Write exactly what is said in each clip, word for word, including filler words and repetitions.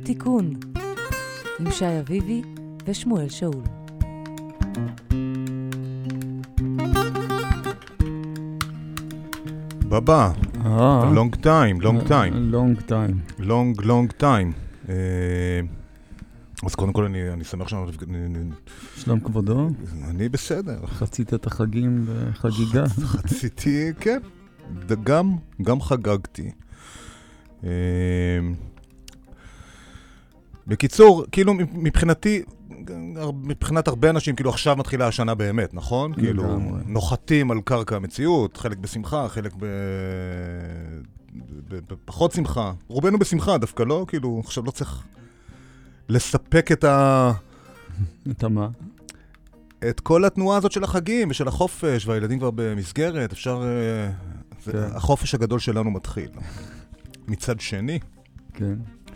תיקון, עם שי אביבי ושמואל שאול. בבא, long time, long time. long time. long, long time. אז קודם כל אני, אני שמח שאני... שלום כבודו. אני בסדר. חצית את החגים בחגיגה. חציתי, כן. גם, גם חגגתי. בקיצור, כאילו מבחינתי, מבחינת הרבה אנשים, כאילו עכשיו מתחילה השנה באמת, נכון? כאילו נוחתים על קרקע המציאות, חלק בשמחה, חלק בפחות שמחה. רובנו בשמחה דווקא, לא? כאילו עכשיו לא צריך לספק את ה... את מה? את כל התנועה הזאת של החגים ושל החופש, והילדים כבר במסגרת, אפשר... החופש הגדול שלנו מתחיל. מצד שני, כן.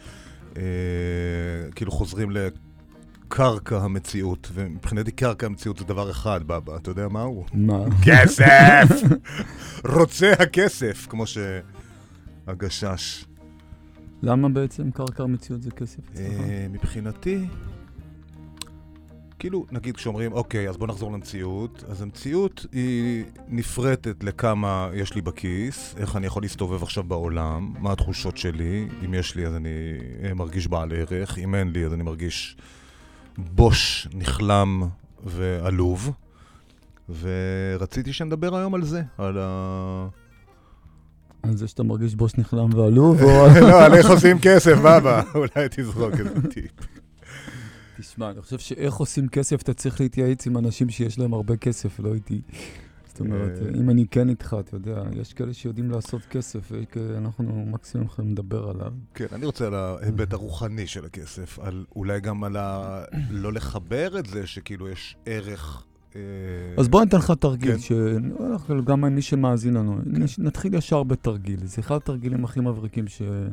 כאילו חוזרים לקרקע המציאות, ומבחינתי קרקע המציאות זה דבר אחד, בבא, אתה יודע מה הוא? מה? כסף! רוצה הכסף, כמו שהגשש. למה בעצם קרקע המציאות זה כסף? מבחינתי, כאילו, נגיד כשאומרים, אוקיי, אז בוא נחזור למציאות, אז המציאות היא נפרטת לכמה יש לי בכיס, איך אני יכול להסתובב עכשיו בעולם, מה התחושות שלי, אם יש לי אז אני מרגיש בעל ערך, אם אין לי אז אני מרגיש בוש, נחלם ועלוב, ורציתי שנדבר היום על זה, על ה... על זה שאתה מרגיש בוש, נחלם ועלוב, או... לא, על איך עושים כסף, בבא, אולי תזרוק איזה טיפ. תשמע, אני חושב שאיך עושים כסף, אתה צריך להתייעץ עם אנשים שיש להם הרבה כסף, לא איתי. זאת אומרת, אם אני כן איתך, אתה יודע, יש כאלה שיודעים לעשות כסף, אנחנו מקסימום יכולים לדבר עליו. כן, אני רוצה על ההיבט הרוחני של הכסף, על אולי גם על ה... לא לחבר את זה, שכאילו יש ערך... אז בוא נתן לך תרגיל, שגם מי שמאזין לנו, נתחיל ישר בתרגיל. זה אחד התרגילים הכי מבריקים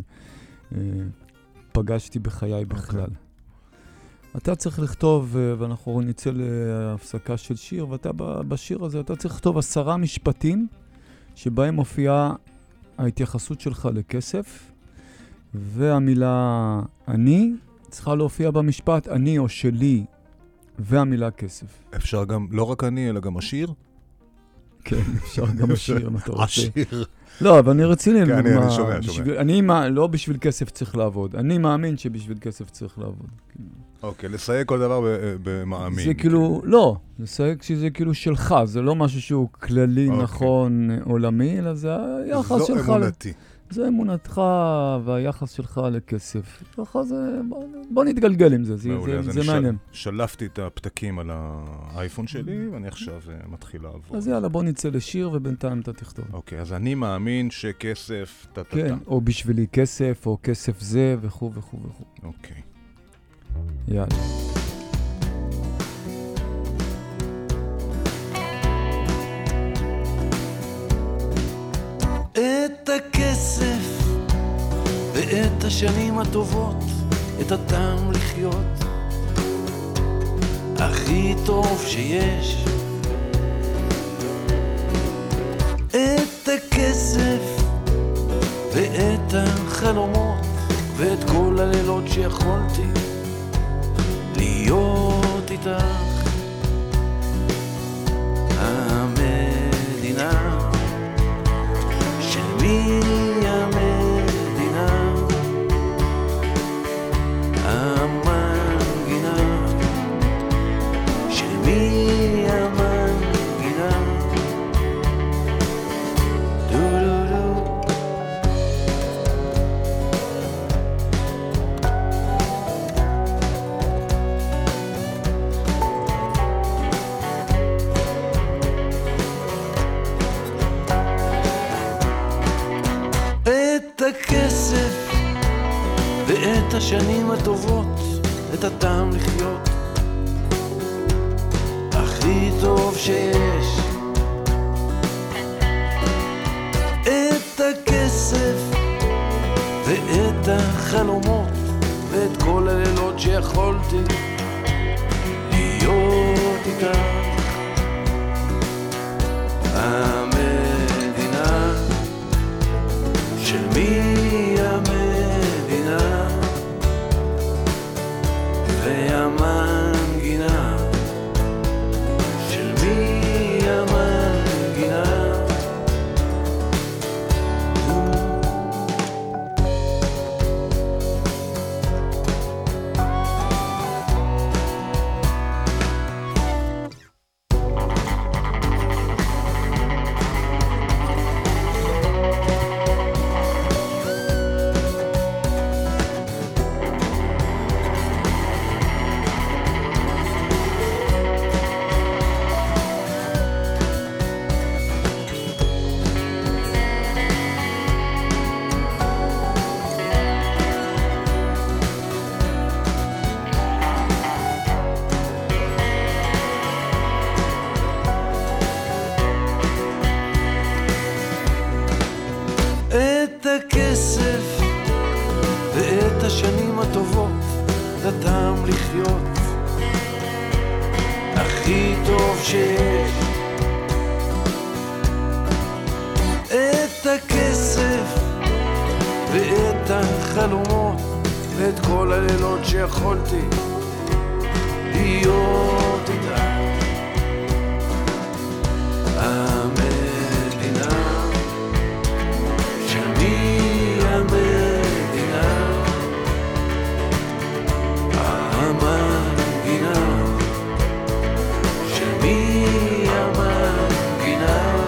שפגשתי בחיי בכלל. אתה צריך לכתוב, ואנחנו נצא להפסקה של שיר, ואתה בשיר הזה, אתה צריך לכתוב עשרה משפטים שבהם מופיעה ההתייחסות שלך לכסף, והמילה אני צריכה להופיע במשפט אני או שלי, והמילה כסף. אפשר גם, לא רק אני, אלא גם השיר? כן, אפשר גם השיר, אם אתה רוצה. השיר. לא, אבל אני רציני. כן, אני, אני שומע, שומע. אני, לא בשביל כסף צריך לעבוד. אני מאמין שבשביל כסף צריך לעבוד. אוקיי, לסייג כל דבר במאמין. זה כאילו, לא, לסייג שזה כאילו שלך, זה לא משהו שהוא כללי, נכון, עולמי, אלא זה היחס שלך. זו אמונתי. זה אמונתך והיחס שלך לכסף. ככה זה, בוא נתגלגל עם זה, זה מעניין. שלפתי את הפתקים על האייפון שלי, ואני עכשיו מתחיל לעבוד. אז יאללה, בוא נצא לשיר ובינתיים אתה תכתוב. אוקיי, אז אני מאמין שכסף... כן, או בשבילי כסף, או כסף זה, וכו' וכו' וכו'. אוקיי. יאללה. את הכסף ואת השנים הטובות, את הטעם לחיות הכי טוב שיש. את הכסף ואת החלומות ואת כל הלילות שיכולתי להיות איתך. המדינה מי המדינה, המנגינה, של מי המנגינה, דו דו דו. הכסף ואת השנים הטובות, את הטעם לחיות הכי טוב שיש. את הכסף ואת החלומות ואת כל הלילות שיכולתי להיות איתך. המדינה של מי המדינה, והמנגינה של מי המנגינה את הכסף ואת השנים הטובות, את הטעם לחיות הכי טוב שיש. את הכסף ואת החלומות ואת כל הלילות שיכולתי להיות איתך. המדינה של מי המדינה, המנגינה של מי המנגינה.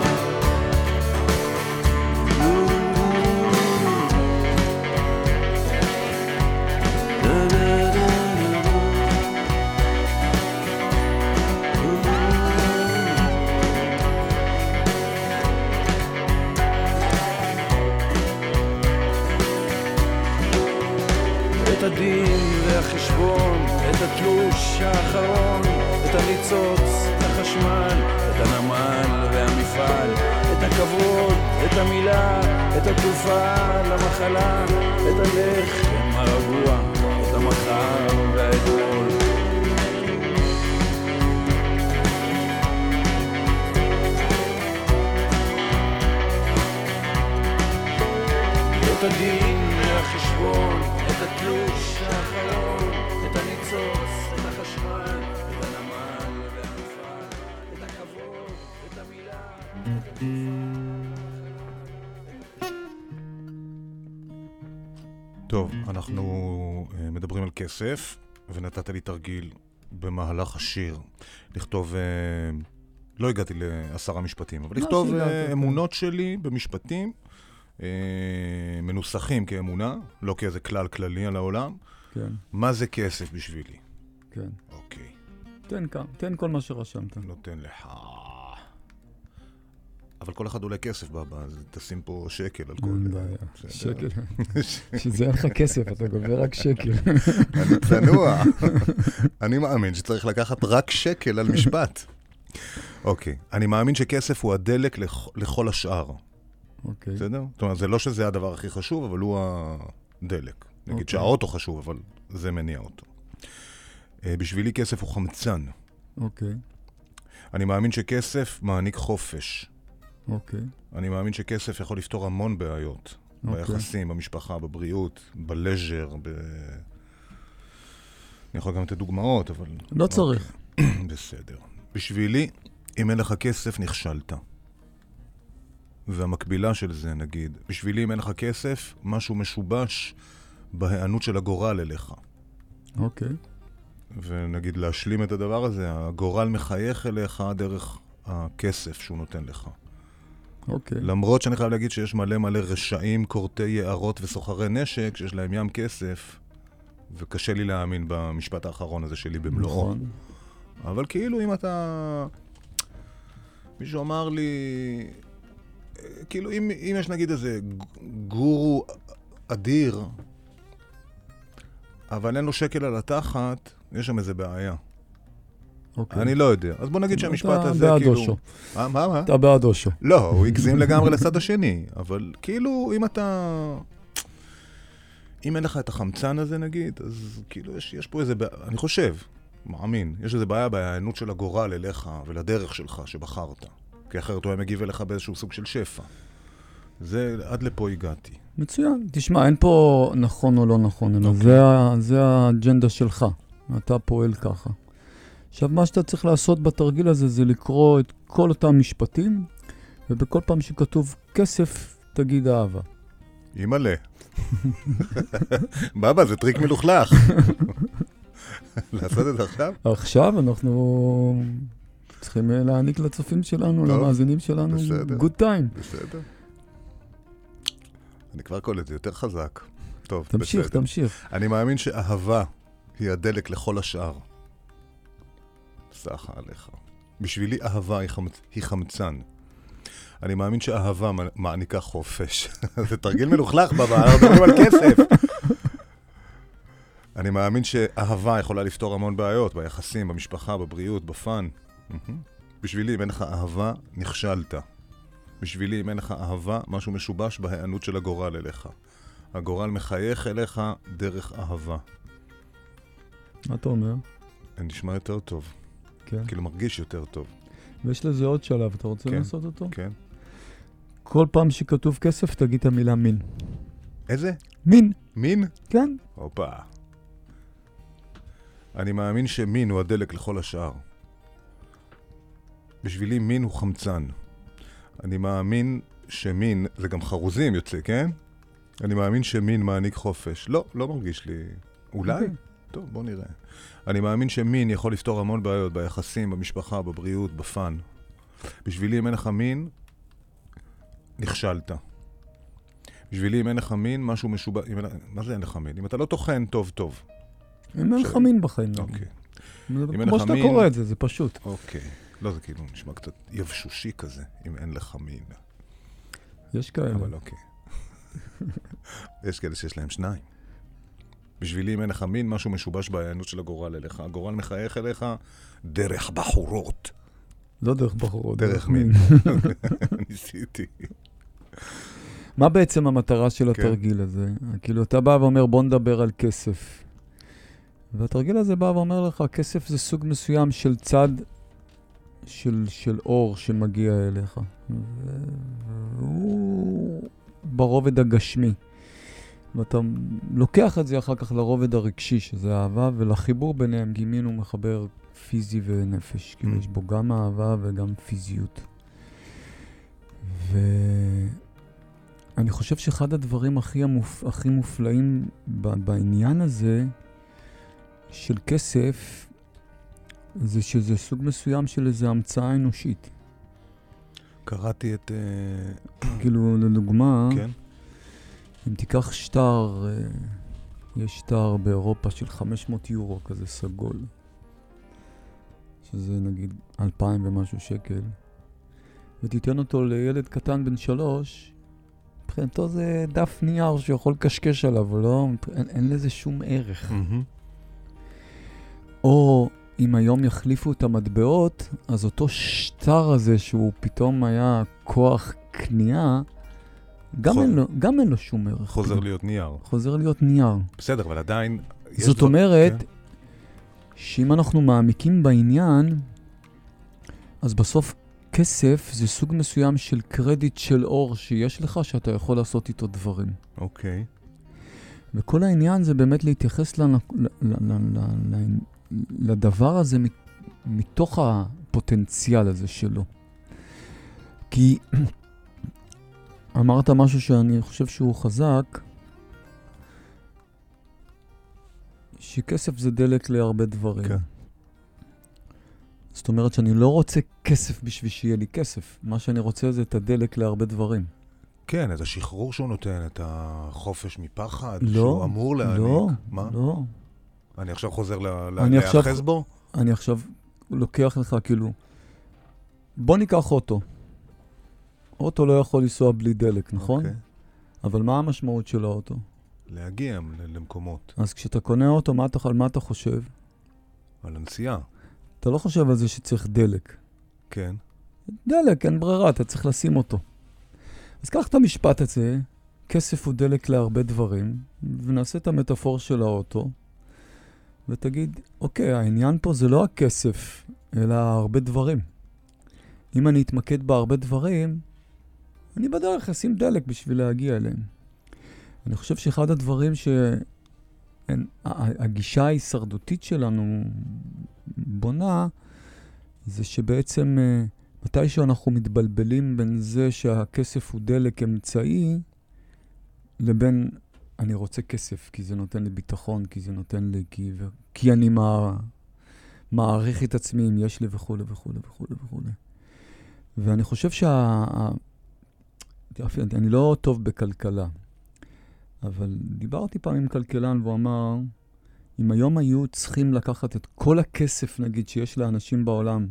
את הדין והחשבון, את התלוש האחרון, את הניצוץ, את החשמל, את הנמל והמפעל, את הכבוד, את המילה, את התרופה למחלה, את הלחם הרגוע, את המחר והאתמול. את הדין והחשבון, את התלוש האחרון, את הניצוץ, את החשמל, את הנמל והמפעל, את הכבוד, את המילה, את התרופה. טוב, אנחנו uh, מדברים על כסף, ונתת לי תרגיל במהלך השיר לכתוב, uh, לא הגעתי לעשרה משפטים, אבל לכתוב uh, אמונות שלי במשפטים, uh, מנוסחים כאמונה, לא כאיזה כלל כללי על העולם. כן. מה זה כסף בשבילי? כן. אוקיי. תן כאן, תן כל מה שרשמת. נותן לך. אבל כל אחד עולה כסף בבא, אז תשים פה שקל על כל... אין בעיה, שקל. שזה אין לך כסף, אתה גובר רק שקל. אני צנוע. אני מאמין שצריך לקחת רק שקל על משפט. אוקיי, אני מאמין שכסף הוא הדלק לכל השאר. אוקיי. בסדר? זאת אומרת, זה לא שזה הדבר הכי חשוב, אבל הוא הדלק. נגיד שהאוטו חשוב, אבל זה מניע אותו. בשבילי כסף הוא חמצן. אוקיי. אני מאמין שכסף מעניק חופש. אוקיי. אני מאמין שכסף יכול לפתור המון בעיות. ביחסים, במשפחה, בבריאות, בלז'ר, ב... אני יכול גם לתת דוגמאות, אבל... לא צריך. בסדר. בשבילי, אם אין לך כסף, נכשלת. והמקבילה של זה, נגיד, בשבילי אם אין לך כסף, משהו משובש בהיענות של הגורל אליך. אוקיי. ונגיד להשלים את הדבר הזה, הגורל מחייך אליך דרך הכסף שהוא נותן לך. אוקיי. למרות שאני חייב להגיד שיש מלא מלא רשעים, קורטי יערות וסוחרי נשק, שיש להם ים כסף, וקשה לי להאמין במשפט האחרון הזה שלי במלואו. נכון. אבל כאילו אם אתה... מישהו אמר לי... כאילו אם, אם יש נגיד איזה גורו אדיר, אבל אין לו שקל על התחת, יש שם איזה בעיה. אוקיי. אני לא יודע. אז בוא נגיד שהמשפט הזה בעד כאילו... אושו. מה, מה, מה? אתה בעד אושו. לא, הוא הגזים לגמרי לצד השני. אבל כאילו, אם אתה... אם אין לך את החמצן הזה נגיד, אז כאילו יש, יש פה איזה בעיה, אני חושב, מאמין, יש איזה בעיה בהיענות של הגורל אליך ולדרך שלך שבחרת. כי אחרת הוא היה מגיב אליך באיזשהו סוג של שפע. זה, עד לפה הגעתי. מצוין. תשמע, אין פה נכון או לא נכון, אלא זה, זה האג'נדה שלך. אתה פועל ככה. עכשיו, מה שאתה צריך לעשות בתרגיל הזה זה לקרוא את כל אותם משפטים, ובכל פעם שכתוב כסף, תגיד אהבה. אימא'לה. בבא, זה טריק מלוכלך. לעשות את זה עכשיו? עכשיו אנחנו צריכים להעניק לצופים שלנו, טוב, למאזינים שלנו, בסדר. good time. בסדר. אני כבר קולט, זה יותר חזק. טוב, תמשיך, בסדר. תמשיך. אני מאמין שאהבה היא הדלק לכל השאר. סחה עליך. בשבילי אהבה היא, חמצ... היא חמצן. אני מאמין שאהבה מעניקה חופש. זה תרגיל מלוכלך בבא, אנחנו מדברים על כסף. אני מאמין שאהבה יכולה לפתור המון בעיות, ביחסים, במשפחה, בבריאות, בפן. בשבילי, אם אין לך אהבה, נכשלת. בשבילי, אם אין לך אהבה, משהו משובש בהיענות של הגורל אליך. הגורל מחייך אליך דרך אהבה. מה אתה אומר? אני נשמע יותר טוב. כן. כאילו מרגיש יותר טוב. ויש לזה עוד שלב, אתה רוצה כן. לעשות אותו? כן. כל פעם שכתוב כסף, תגיד את המילה מין. איזה? מין. מין? כן. הופה. אני מאמין שמין הוא הדלק לכל השאר. בשבילי מין הוא חמצן. אני מאמין שמין, זה גם חרוזים יוצא, כן? אני מאמין שמין מעניק חופש. לא, לא מרגיש לי. אולי? Okay. טוב, בוא נראה. אני מאמין שמין יכול לפתור המון בעיות ביחסים, במשפחה, בבריאות, בפן. בשבילי אם אין לך מין, נכשלת. בשבילי אם אין לך מין, משהו משובח... אם... מה זה אין לך מין? אם אתה לא תוכן, טוב טוב. אם אין לך מין בחיים. אוקיי. כמו שאתה קורא את זה, זה פשוט. אוקיי. לא, זה כאילו נשמע קצת יבשושי כזה, אם אין לך מין. יש כאלה. אבל אוקיי. יש כאלה שיש להם שניים. בשבילי אם אין לך מין, משהו משובש בהיענות של הגורל אליך. הגורל מחייך אליך דרך בחורות. לא דרך בחורות. דרך מין. ניסיתי. מה בעצם המטרה של כן. התרגיל הזה? כאילו, אתה בא ואומר, בוא נדבר על כסף. והתרגיל הזה בא ואומר לך, כסף זה סוג מסוים של צד של, של אור שמגיע אליך. והוא ברובד הגשמי. ואתה לוקח את זה אחר כך לרובד הרגשי, שזה אהבה, ולחיבור ביניהם גימין הוא מחבר פיזי ונפש. כאילו, יש בו גם אהבה וגם פיזיות. ואני חושב שאחד הדברים הכי, המופ... הכי מופלאים ב... בעניין הזה של כסף, זה שזה סוג מסוים של איזו המצאה אנושית. קראתי את... כאילו, לדוגמה, כן? אם תיקח שטר, יש שטר באירופה של חמש מאות יורו, כזה סגול, שזה נגיד אלפיים ומשהו שקל, ותיתן אותו לילד קטן בן שלוש, מבחינתו זה דף נייר שיכול לקשקש עליו, לא? אין, אין לזה שום ערך. Mm-hmm. או אם היום יחליפו את המטבעות, אז אותו שטר הזה שהוא פתאום היה כוח קנייה, גם, חוזר. אין לו, גם אין לו שום ערך. חוזר להיות נייר. חוזר להיות נייר. בסדר, אבל עדיין... זאת דבר... אומרת, כן. שאם אנחנו מעמיקים בעניין, אז בסוף כסף זה סוג מסוים של קרדיט של אור שיש לך, שאתה יכול לעשות איתו דברים. אוקיי. וכל העניין זה באמת להתייחס לנ... ל... ל... ל... ל... לדבר הזה מתוך הפוטנציאל הזה שלו. כי אמרת משהו שאני חושב שהוא חזק, שכסף זה דלק להרבה דברים. כן. זאת אומרת שאני לא רוצה כסף בשביל שיהיה לי כסף. מה שאני רוצה זה את הדלק להרבה דברים. כן, את השחרור שהוא נותן, את החופש מפחד, לא, שהוא אמור להעניק. לא, מה? לא. אני עכשיו חוזר אני עכשיו- להאחז בו? אני עכשיו לוקח לך כאילו, בוא ניקח אוטו. אוטו לא יכול לנסוע בלי דלק, נכון? אוקיי. אבל מה המשמעות של האוטו? להגיע ל- למקומות. אז כשאתה קונה אוטו, מה אתה, על מה אתה חושב? על הנסיעה. אתה לא חושב על זה שצריך דלק. כן. דלק, אין ברירה, אתה צריך לשים אותו. אז קח את המשפט הזה, כסף הוא דלק להרבה דברים, ונעשה את המטאפור של האוטו, ותגיד, אוקיי, העניין פה זה לא הכסף, אלא הרבה דברים. אם אני אתמקד בהרבה דברים, אני בדרך אשים דלק בשביל להגיע אליהם. אני חושב שאחד הדברים אין, הגישה ההישרדותית שלנו בונה, זה שבעצם מתישהו אנחנו מתבלבלים בין זה שהכסף הוא דלק אמצעי, לבין אני רוצה כסף, כי זה נותן לי ביטחון, כי זה נותן לי, כי, כי אני מה, מעריך את עצמי אם יש לי וכו' וכו' וכו' וכו'. ואני חושב שה... אני לא טוב בכלכלה, אבל דיברתי פעם עם כלכלן והוא אמר, אם היום היו צריכים לקחת את כל הכסף, נגיד, שיש לאנשים בעולם,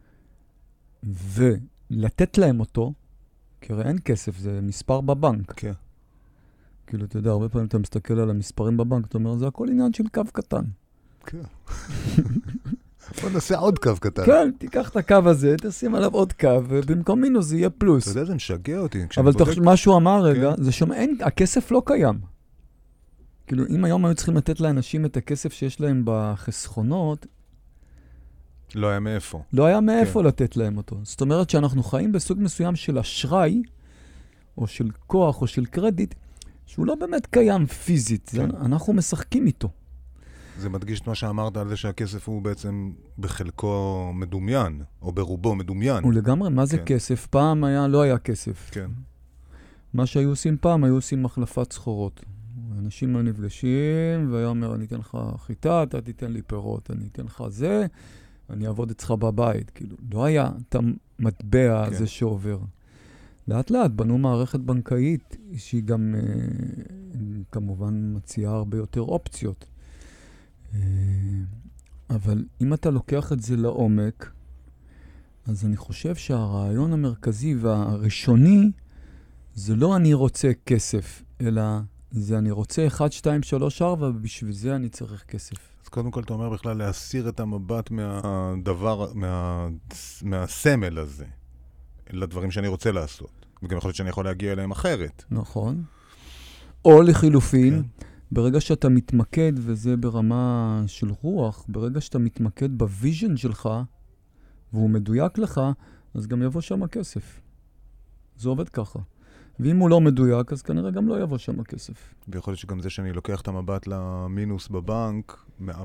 ולתת להם אותו, כי הרי אין כסף, זה מספר בבנק. כן. כאילו, אתה יודע, הרבה פעמים אתה מסתכל על המספרים בבנק, אתה אומר, זה הכל עניין של קו קטן. כן. בוא נעשה עוד קו קטן. כן, תיקח את הקו הזה, תשים עליו עוד קו, ובמקום מינוס זה יהיה פלוס. אתה יודע, זה משגע אותי. אבל מה שהוא אמר רגע, זה שאין, הכסף לא קיים. כאילו, אם היום היו צריכים לתת לאנשים את הכסף שיש להם בחסכונות, לא היה מאיפה. לא היה מאיפה לתת להם אותו. זאת אומרת שאנחנו חיים בסוג מסוים של אשראי, או של כוח, או של קרדיט, שהוא לא באמת קיים פיזית. אנחנו משחקים איתו. זה מדגיש את מה שאמרת על זה שהכסף הוא בעצם בחלקו מדומיין, או ברובו מדומיין. הוא לגמרי, מה זה כסף? פעם היה, לא היה כסף. כן. מה שהיו עושים פעם, היו עושים מחלפת סחורות. אנשים נפגשים, והיה אומר, אני אתן לך חיטה, אתה תיתן לי פירות, אני אתן לך זה, אני אעבוד אצלך בבית. כאילו, לא היה את המטבע הזה כן. שעובר. לאט לאט בנו מערכת בנקאית, שהיא גם אה, כמובן מציעה הרבה יותר אופציות. אה, אבל אם אתה לוקח את זה לעומק, אז אני חושב שהרעיון המרכזי והראשוני, זה לא אני רוצה כסף, אלא זה אני רוצה אחת, שתיים, שלוש, ארבע, ובשביל זה אני צריך כסף. אז קודם כל אתה אומר בכלל להסיר את המבט מהדבר, מה, מהסמל הזה, לדברים שאני רוצה לעשות. וגם יכול להיות שאני יכול להגיע אליהם אחרת. נכון. או לחילופין, כן. ברגע שאתה מתמקד, וזה ברמה של רוח, ברגע שאתה מתמקד בוויז'ן שלך, והוא מדויק לך, אז גם יבוא שם הכסף. זה עובד ככה. ואם הוא לא מדויק, אז כנראה גם לא יבוא שם הכסף. ויכול להיות שגם זה שאני לוקח את המבט למינוס בבנק,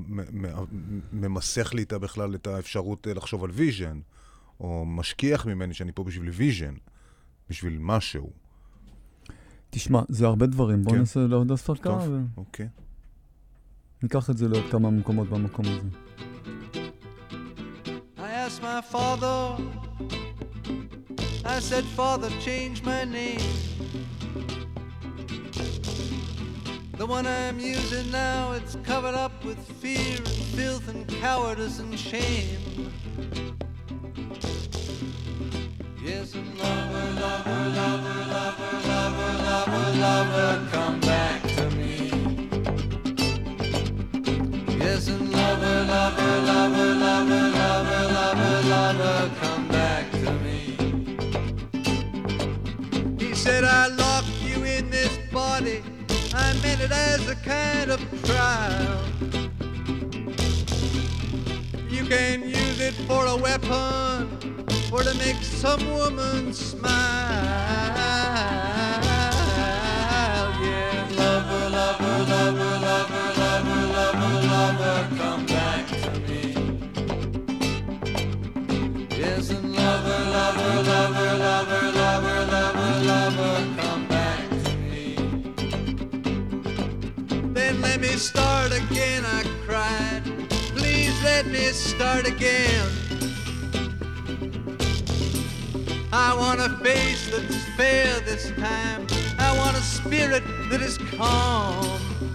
ממסך לי איתה בכלל את האפשרות לחשוב על ויז'ן, או משכיח ממני שאני פה בשביל ויז'ן, בשביל משהו. תשמע, זה הרבה דברים. בוא כן. נעשה לעוד הספקה. טוב, ו... אוקיי. ניקח את זה לעוד כמה מקומות במקום הזה. I asked my father, I said, Father, change my name. The one I'm using now, it's covered up with fear and filth and cowardice and shame. Yes, and lover, lover, lover, lover, lover, lover, lover, come back to me. Yes, and lover, lover, lover, lover, lover, lover, lover, come back to me. He said, I locked you in this body. I meant it as a kind of trial. You can use it for a weapon or to make some woman smile. Yeah, lover, lover, lover, lover, lover, lover, lover, come back to me. Yes, and lover, lover, lover, lover, lover, lover, lover, come back to me. Then let me start again, I cried. Please let me start again. I want a face that's fair this time. I want a spirit that is calm.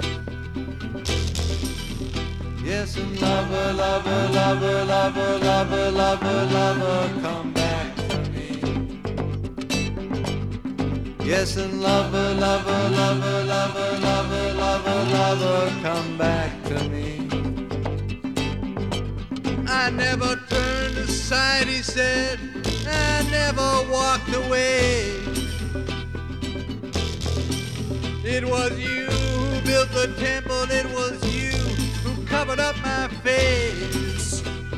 Yes, and lover, lover, lover, lover, lover, lover, lover, come back to me. Yes, and lover, lover, lover, lover, lover, lover, lover, come back to me. I never turned aside, he said. I never walked away. It was you who built the temple. It was you who covered up my face.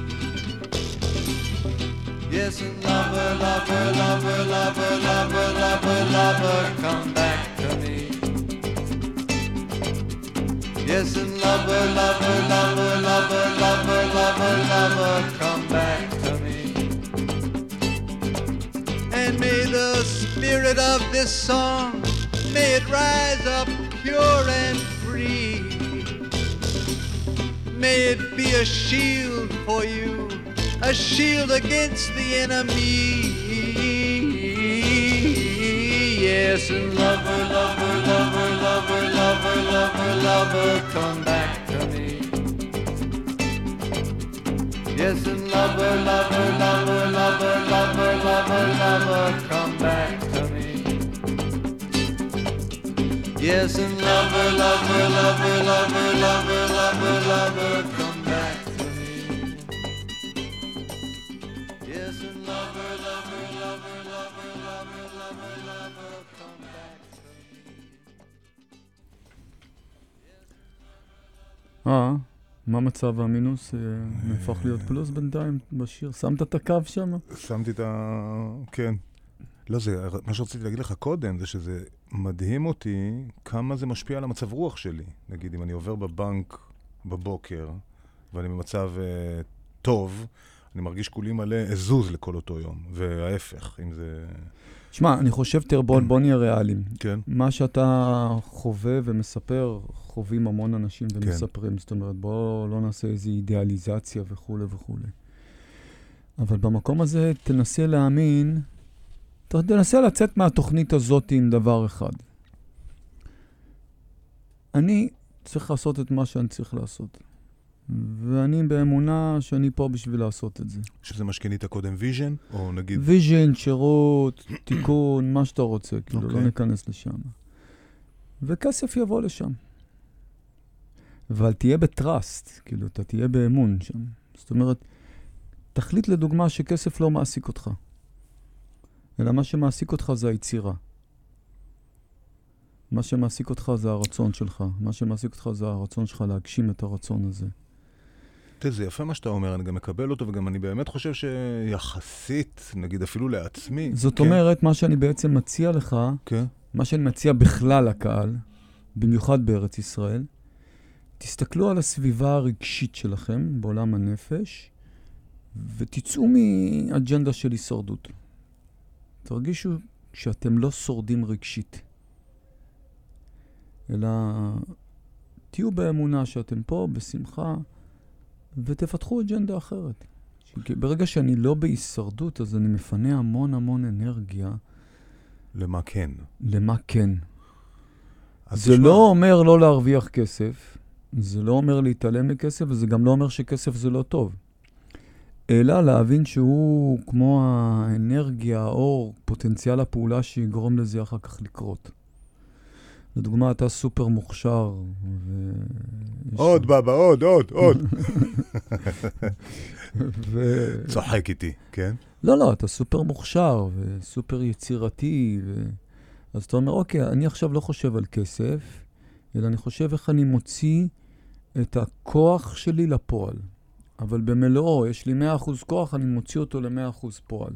Yes, and lover, lover, lover, lover, lover, lover, lover, come back to me. Yes, and lover, lover, lover, lover, lover, lover, lover, come back to me. And may the spirit of this song, may it rise up pure and free. May it be a shield for you, a shield against the enemy. Yes, and lover, lover, lover, lover, lover, lover, lover, come back to me. Yes, and lover, lover, lover, lover, lover, lover, lover, come back to me. Yes, and lover, lover, lover, lover, lover, lover, lover, come back to me. Yes, and lover, lover, lover, lover, lover, lover, lover, come back to me. אה, מה מצב המינוס? נהפך להיות פלוס בינתיים בשיר? שמת את הקו שם? שמתי את ה... כן. לא, זה, מה שרציתי להגיד לך קודם, זה שזה מדהים אותי כמה זה משפיע על המצב רוח שלי. נגיד, אם אני עובר בבנק בבוקר, ואני במצב uh, טוב, אני מרגיש כולי מלא אזוז לכל אותו יום, וההפך, אם זה... שמע, אני חושב, תרבול, בוא נהיה ריאליים. כן. מה שאתה חווה ומספר, חווים המון אנשים ומספרים. כן. זאת אומרת, בוא לא נעשה איזו אידיאליזציה וכו' וכו'. אבל במקום הזה תנסה להאמין, תנסה לצאת מהתוכנית הזאת עם דבר אחד. אני צריך לעשות את מה שאני צריך לעשות. ואני באמונה שאני פה בשביל לעשות את זה. שזה מה שקנית קודם ויז'ן? או נגיד... ויז'ן, שירות, תיקון, מה שאתה רוצה. כאילו, okay. לא ניכנס לשם. וכסף יבוא לשם. אבל תהיה בטרסט, כאילו, אתה תהיה באמון שם. זאת אומרת, תחליט לדוגמה שכסף לא מעסיק אותך. אלא מה שמעסיק אותך זה היצירה. מה שמעסיק אותך זה הרצון שלך. מה שמעסיק אותך זה הרצון שלך להגשים את הרצון הזה. זה יפה מה שאתה אומר, אני גם מקבל אותו, וגם אני באמת חושב שיחסית, נגיד אפילו לעצמי. זאת כן. אומרת, מה שאני בעצם מציע לך, כן. מה שאני מציע בכלל לקהל, במיוחד בארץ ישראל, תסתכלו על הסביבה הרגשית שלכם, בעולם הנפש, ותצאו מאג'נדה של הישרדות. תרגישו שאתם לא שורדים רגשית, אלא תהיו באמונה שאתם פה, בשמחה, ותפתחו אג'נדה אחרת. כי ברגע שאני לא בהישרדות, אז אני מפנה המון המון אנרגיה. למה כן? למה כן. זה תשמע... לא אומר לא להרוויח כסף, זה לא אומר להתעלם מכסף, וזה גם לא אומר שכסף זה לא טוב. אלא להבין שהוא כמו האנרגיה, האור, פוטנציאל הפעולה שיגרום לזה אחר כך לקרות. לדוגמה, אתה סופר מוכשר. ו... עוד בבא, עוד, עוד, עוד. ו... צוחק איתי, כן? לא, לא, אתה סופר מוכשר וסופר יצירתי. ו... אז אתה אומר, אוקיי, אני עכשיו לא חושב על כסף, אלא אני חושב איך אני מוציא את הכוח שלי לפועל. אבל במלואו, יש לי מאה אחוז כוח, אני מוציא אותו ל-מאה אחוז פועל.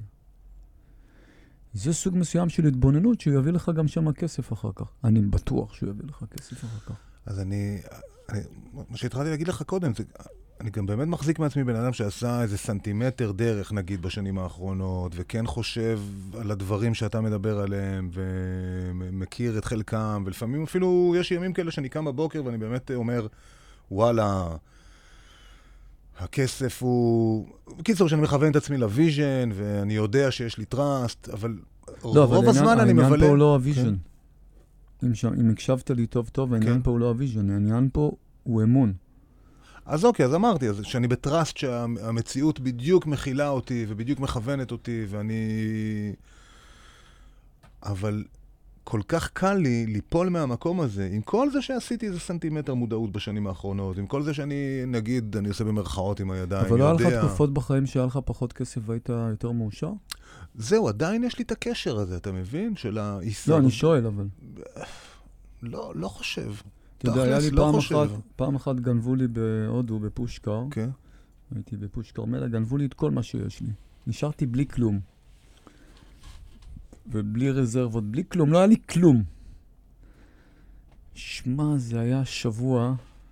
זה סוג מסוים של התבוננות שהוא יביא לך גם שם כסף אחר כך. אני בטוח שהוא יביא לך כסף אחר כך. אז אני, אני מה שהתחלתי להגיד לך קודם, זה, אני גם באמת מחזיק מעצמי בן אדם שעשה איזה סנטימטר דרך, נגיד, בשנים האחרונות, וכן חושב על הדברים שאתה מדבר עליהם, ומכיר את חלקם, ולפעמים אפילו יש ימים כאלה שאני קם בבוקר, ואני באמת אומר, וואלה, הכסף הוא... בקיצור, שאני מכוון את עצמי לוויז'ן, ואני יודע שיש לי טראסט, אבל לא, רוב אבל הזמן העניין, אני מבלה... העניין פה הוא לא הוויז'ן. כן. אם, ש... אם הקשבת לי טוב טוב, העניין כן. פה הוא לא הוויז'ן, העניין פה הוא אמון. אז אוקיי, אז אמרתי, אז שאני בטראסט שהמציאות בדיוק מכילה אותי, ובדיוק מכוונת אותי, ואני... אבל כל כך קל לי ליפול מהמקום הזה, עם כל זה שעשיתי איזה סנטימטר מודעות בשנים האחרונות, עם כל זה שאני, נגיד, אני עושה במרכאות עם הידיים, אבל לא היה לך יודע... תקופות בחיים שהיה לך פחות כסף והיית יותר מאושר? זהו, עדיין יש לי את הקשר הזה, אתה מבין? של ההישרדות. לא, אני שואל, אבל... לא, לא חושב. אתה יודע, היה לי לא פעם חושב. אחת, פעם אחת גנבו לי בהודו, בפושקר. כן. הייתי בפושקר מלא, גנבו לי את כל מה שיש לי. נשארתי בלי כלום. ובלי רזרבות, בלי כלום, לא היה לי כלום. שמע, זה היה שבוע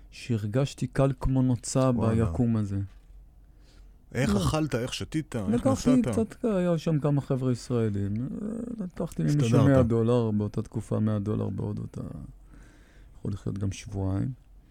שהרגשתי קל כמו נוצה וואלה. ביקום הזה. איך לא. אכלת, איך שתית, איך לקחתי נסעת? קצת, היה שם כמה חבר'ה ישראלים. לקחתי למישהו הסתדרת. מאה דולר, באותה תקופה מאה דולר בעוד אותה. יכול לחיות גם שבועיים.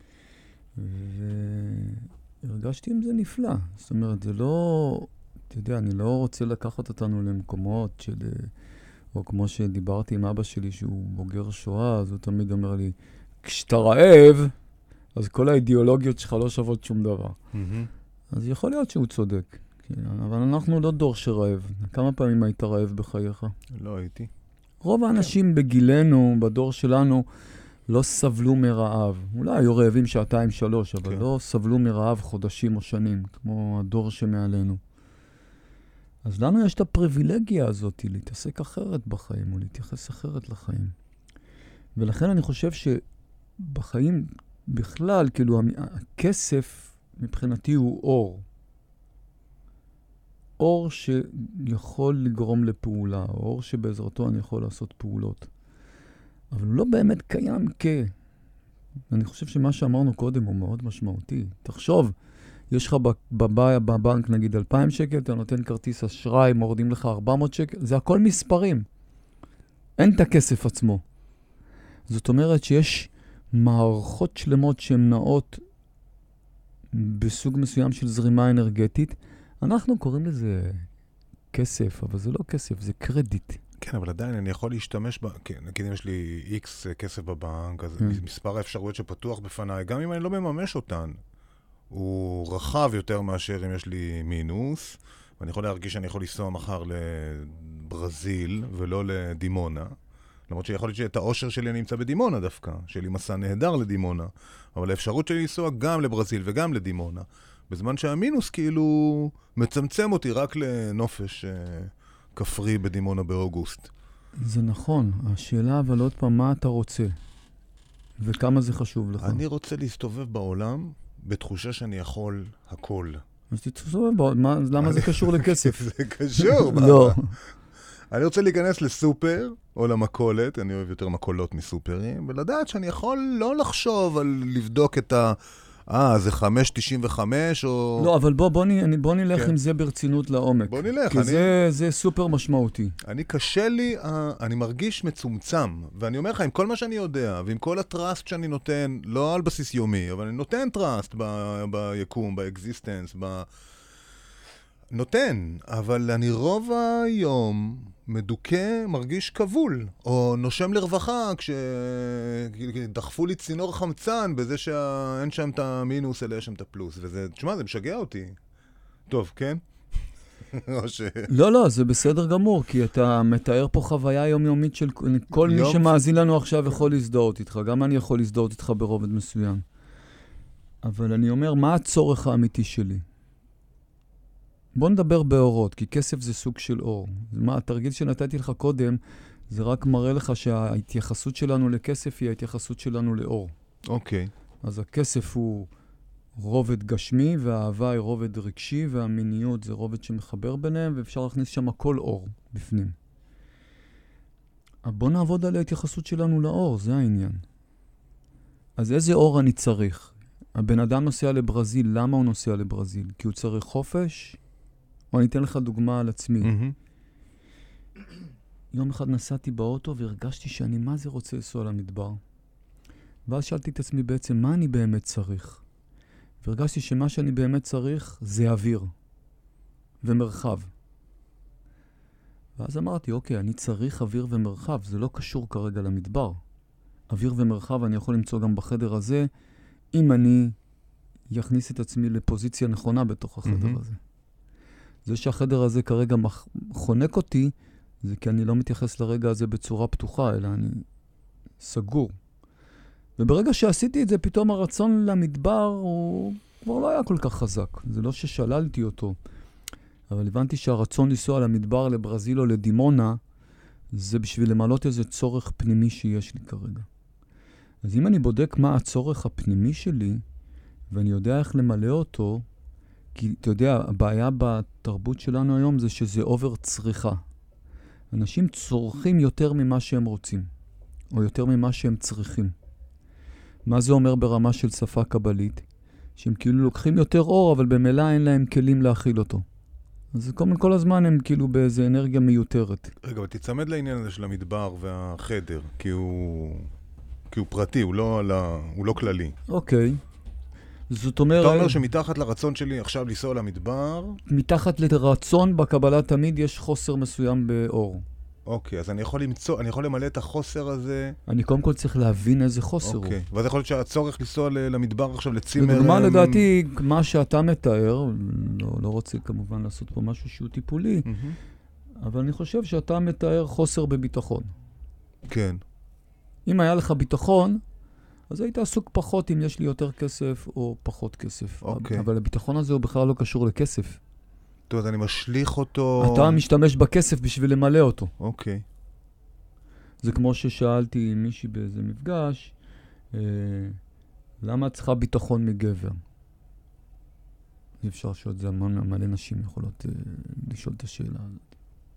והרגשתי עם זה נפלא. זאת אומרת, זה לא... אתה יודע, אני לא רוצה לקחת אותנו למקומות של... או כמו שדיברתי עם אבא שלי, שהוא בוגר שואה, אז הוא תמיד אומר לי, כשאתה רעב, אז כל האידיאולוגיות שלך לא שוות שום דבר. מהמם. אז יכול להיות שהוא צודק. כן, אבל אנחנו לא דור שרעב. כמה פעמים היית רעב בחייך? לא הייתי. רוב האנשים בגילנו, בדור שלנו, לא סבלו מרעב. אולי היו רעבים שעתיים, שלוש, אבל כן. לא סבלו מרעב חודשים או שנים, כמו הדור שמעלינו. אז לנו יש את הפריבילגיה הזאת להתעסק אחרת בחיים, או להתייחס אחרת לחיים. ולכן אני חושב שבחיים בכלל, כאילו, המ- הכסף מבחינתי הוא אור. אור שיכול לגרום לפעולה, אור שבעזרתו אני יכול לעשות פעולות. אבל הוא לא באמת קיים כ... אני חושב שמה שאמרנו קודם הוא מאוד משמעותי. תחשוב, יש לך בבית, בבנק נגיד אלפיים שקל, אתה נותן כרטיס אשראי, מורדים לך ארבע מאות שקל, זה הכל מספרים. אין את הכסף עצמו. זאת אומרת שיש מערכות שלמות שהן נעות בסוג מסוים של זרימה אנרגטית. אנחנו קוראים לזה כסף, אבל זה לא כסף, זה קרדיט. כן, אבל עדיין אני יכול להשתמש ב... כן, נגיד אם יש לי איקס כסף בבנק, אז כן. מספר האפשרויות שפתוח בפניי, גם אם אני לא מממש אותן, הוא רחב יותר מאשר אם יש לי מינוס, ואני יכול להרגיש שאני יכול לנסוע מחר לברזיל ולא לדימונה, למרות שיכול להיות שאת האושר שלי אני נמצא בדימונה דווקא, שלי מסע נהדר לדימונה, אבל האפשרות שלי לנסוע גם לברזיל וגם לדימונה, בזמן שהמינוס כאילו מצמצם אותי רק לנופש אה, כפרי בדימונה באוגוסט. זה נכון. השאלה אבל עוד פעם, מה אתה רוצה? וכמה זה חשוב לך? אני רוצה להסתובב בעולם בתחושה שאני יכול הכל. אז תתסובב בו, מה- למה זה קשור לכסף? זה קשור. לא. אני רוצה להיכנס לסופר או למכולת, אני אוהב יותר מכולות מסופרים, ולדעת שאני יכול לא לחשוב על לבדוק את ה... אה, זה חמש תשעים וחמש או... לא, אבל בוא, בוא, נ, בוא נלך כן. עם זה ברצינות לעומק. בוא נלך, כי אני- זה, זה סופר משמעותי. אני קשה לי, אה, אני מרגיש מצומצם, ואני אומר לך, עם כל מה שאני יודע, ועם כל הטראסט שאני נותן, לא על בסיס יומי, אבל אני נותן טראסט ב- ביקום, באקזיסטנס, ב... נותן, אבל אני רוב היום מדוכא, מרגיש כבול, או נושם לרווחה כשדחפו לי צינור חמצן בזה שאין שם את המינוס, אלא יש שם את הפלוס, וזה, תשמע, זה משגע אותי. טוב, כן? או ש... לא, לא, זה בסדר גמור, כי אתה מתאר פה חוויה יומיומית של כל מי יום- שמאזין לנו עכשיו יכול להזדהות איתך. גם אני יכול להזדהות איתך ברובד מסוים. אבל אני אומר, מה הצורך האמיתי שלי? בוא נדבר באורות, כי כסף זה סוג של אור. מה, התרגיל שנתתי לך קודם, זה רק מראה לך שההתייחסות שלנו לכסף היא ההתייחסות שלנו לאור. אוקיי. אז הכסף הוא רובד גשמי, והאהבה היא רובד רגשי, והמיניות זה רובד שמחבר ביניהם, ואפשר להכניס שם הכל אור בפנים. אבל בוא נעבוד על ההתייחסות שלנו לאור, זה העניין. אז איזה אור אני צריך? הבן אדם נוסע לברזיל, למה הוא נוסע לברזיל? כי הוא צריך חופש? או אני אתן לך דוגמה על עצמי. מהמם. יום אחד נסעתי באוטו והרגשתי שאני מה זה רוצה לנסוע למדבר. ואז שאלתי את עצמי בעצם, מה אני באמת צריך? והרגשתי שמה שאני באמת צריך זה אוויר ומרחב. ואז אמרתי, אוקיי, אני צריך אוויר ומרחב, זה לא קשור כרגע למדבר. אוויר ומרחב אני יכול למצוא גם בחדר הזה, אם אני יכניס את עצמי לפוזיציה נכונה בתוך החדר מהמם. הזה. זה שהחדר הזה כרגע מח... חונק אותי, זה כי אני לא מתייחס לרגע הזה בצורה פתוחה, אלא אני סגור. וברגע שעשיתי את זה, פתאום הרצון למדבר הוא כבר לא היה כל כך חזק. זה לא ששללתי אותו, אבל הבנתי שהרצון לנסוע למדבר, לברזיל או לדימונה, זה בשביל למלות איזה צורך פנימי שיש לי כרגע. אז אם אני בודק מה הצורך הפנימי שלי, ואני יודע איך למלא אותו, כי אתה יודע, הבעיה בתרבות שלנו היום זה שזה אובר צריכה. אנשים צורכים יותר ממה שהם רוצים, או יותר ממה שהם צריכים. מה זה אומר ברמה של שפה קבלית? שהם כאילו לוקחים יותר אור, אבל במילא אין להם כלים להכיל אותו. אז כל, כל הזמן הם כאילו באיזו אנרגיה מיותרת. רגע, אבל תצמד לעניין הזה של המדבר והחדר, כי הוא, כי הוא פרטי, הוא לא, על ה... הוא לא כללי. אוקיי. זאת אומרת... אתה אומר שמתחת לרצון שלי עכשיו לנסוע למדבר... מתחת לרצון בקבלה תמיד יש חוסר מסוים באור. אוקיי, אז אני יכול למצוא, אני יכול למלא את החוסר הזה... אני קודם כל צריך להבין איזה חוסר הוא. אוקיי, ואז יכול להיות שהצורך לנסוע ל- למדבר עכשיו לצימר... לדוגמה, הם- לדעתי, מה שאתה מתאר, לא, לא רוצה כמובן לעשות פה משהו שהוא טיפולי, מהמם. אבל אני חושב שאתה מתאר חוסר בביטחון. כן. אם היה לך ביטחון, אז היית עסוק פחות אם יש לי יותר כסף או פחות כסף. אוקיי. אבל הביטחון הזה הוא בכלל לא קשור לכסף. זאת אומרת, אני משליך אותו... אתה משתמש בכסף בשביל למלא אותו. אוקיי. זה כמו ששאלתי מישהי באיזה מפגש, אה, למה את צריכה ביטחון מגבר? אי אפשר לשאול את זה, המון, מלא נשים יכולות אה, לשאול את השאלה הזאת.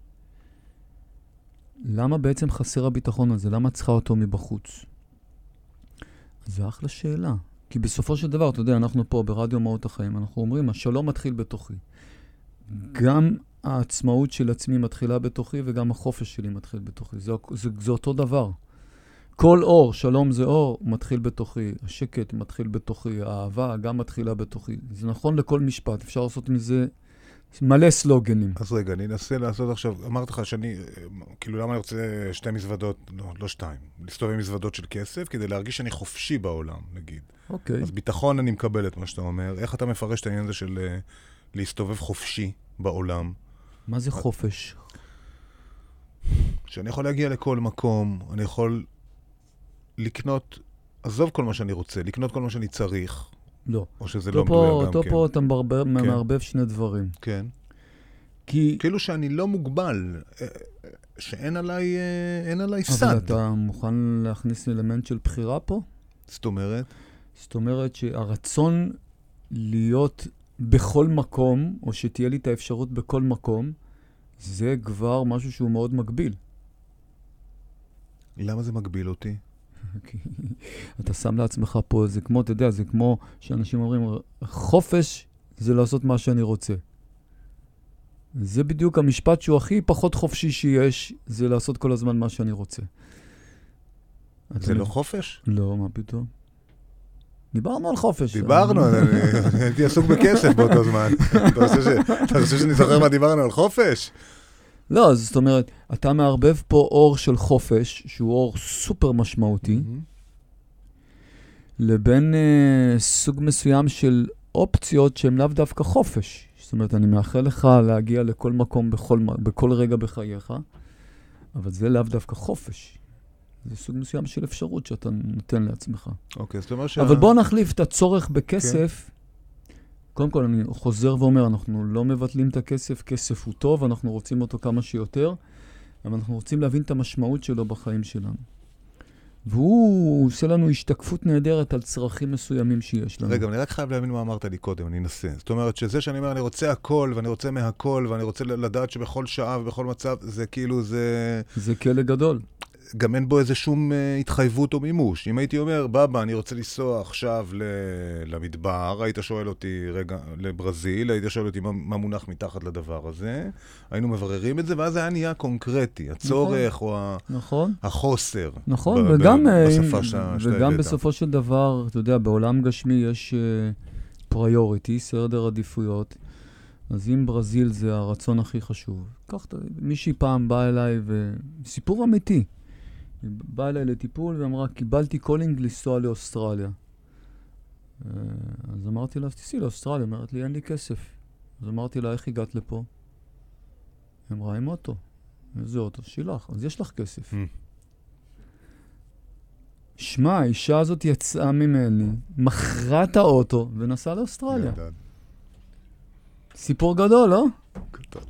למה בעצם חסר הביטחון הזה? למה את צריכה אותו מבחוץ? זה אחלה שאלה. כי בסופו של דבר, אתה יודע, אנחנו פה ברדיו מהות החיים, אנחנו אומרים, השלום מתחיל בתוכי. גם העצמאות של עצמי מתחילה בתוכי, וגם החופש שלי מתחיל בתוכי. זה, זה, זה אותו דבר. כל אור, שלום זה אור, מתחיל בתוכי. השקט מתחיל בתוכי. האהבה גם מתחילה בתוכי. זה נכון לכל משפט. אפשר לעשות מזה מלא סלוגנים. אז רגע, אני אנסה לעשות עכשיו... אמרת לך שאני... כאילו, למה אני רוצה שתי מזוודות? לא, לא שתיים. להסתובב עם מזוודות של כסף, כדי להרגיש שאני חופשי בעולם, נגיד. אוקיי. אז ביטחון אני מקבל את מה שאתה אומר. איך אתה מפרש את העניין הזה של אה, להסתובב חופשי בעולם? מה זה חופש? שאני יכול להגיע לכל מקום, אני יכול לקנות, עזוב כל מה שאני רוצה, לקנות כל מה שאני צריך, לא. או שזה אותו לא פה, מדויק גם אותו כן. פה אתה מברבר, מערבב שני דברים. כן. כי... כאילו שאני לא מוגבל, אה, שאין עליי, אה, אין עליי סד. אבל אתה מוכן להכניס אלמנט של בחירה פה? זאת אומרת? זאת אומרת שהרצון להיות בכל מקום, או שתהיה לי את האפשרות בכל מקום, זה כבר משהו שהוא מאוד מגביל. למה זה מגביל אותי? כי אתה שם לעצמך פה, זה כמו, אתה יודע, זה כמו שאנשים אומרים, חופש זה לעשות מה שאני רוצה. זה בדיוק המשפט שהוא הכי פחות חופשי שיש, זה לעשות כל הזמן מה שאני רוצה. זה לא חופש? לא, מה פתאום? דיברנו על חופש. דיברנו, אני הייתי עסוק בכסף באותו זמן. אתה חושב שאני זוכר מה דיברנו על חופש? לא, זאת אומרת, אתה מערבב פה אור של חופש, שהוא אור סופר משמעותי, לבין uh, סוג מסוים של אופציות שהן לאו דווקא חופש. זאת אומרת, אני מאחל לך להגיע לכל מקום בכל, בכל רגע בחייך, אבל זה לאו דווקא חופש. זה סוג מסוים של אפשרות שאתה נותן לעצמך. אוקיי, זאת אומרת שה... אבל בוא נחליף את הצורך בכסף. קודם כל, אני חוזר ואומר, אנחנו לא מבטלים את הכסף, כסף הוא טוב, אנחנו רוצים אותו כמה שיותר, אבל אנחנו רוצים להבין את המשמעות שלו בחיים שלנו. והוא עושה לנו השתקפות נהדרת על צרכים מסוימים שיש לנו. רגע, אני רק חייב להבין מה אמרת לי קודם, אני אנסה. זאת אומרת שזה שאני אומר, אני רוצה הכל, ואני רוצה מהכל, ואני רוצה לדעת שבכל שעה ובכל מצב, זה כאילו זה... זה כלא גדול. גם אין בו איזה שום uh, התחייבות או מימוש. אם הייתי אומר, בבא, אני רוצה לנסוע עכשיו ל... למדבר, היית שואל אותי, רגע, לברזיל, היית שואל אותי מה, מה מונח מתחת לדבר הזה, היינו מבררים את זה, ואז היה נהיה קונקרטי, הצורך נכון. או ה... נכון. החוסר. נכון, ב- וגם, ב- אם, בשפה שאתה וגם הבאת. בסופו של דבר, אתה יודע, בעולם גשמי יש פריוריטי, סדר עדיפויות, אז אם ברזיל זה הרצון הכי חשוב, כך, מישהי פעם באה אליי, וסיפור אמיתי, היא באה אליי לטיפול ואמרה, קיבלתי קולינג לנסוע לאוסטרליה. אז אמרתי לה, תיסעי לאוסטרליה, אמרת לי, אין לי כסף. אז אמרתי לה, איך הגעת לפה? היא אמרה, עם אוטו. איזה אוטו? שילך, אז יש לך כסף. שמע, האישה הזאת יצאה ממני, מכרה את האוטו ונסעה לאוסטרליה. גדול. סיפור גדול, לא? גדול.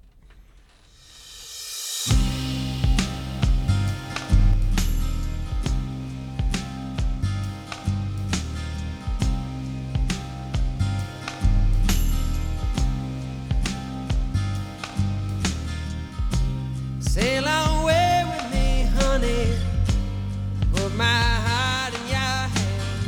Sail away with me, honey. Put my heart in your hand.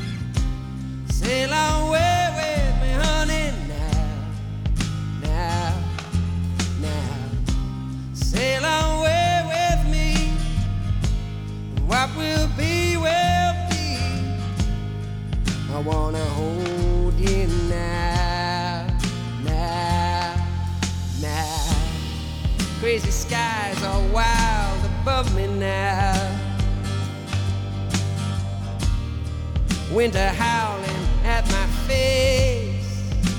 Crazy skies are wild above me now. Winter howling at my face,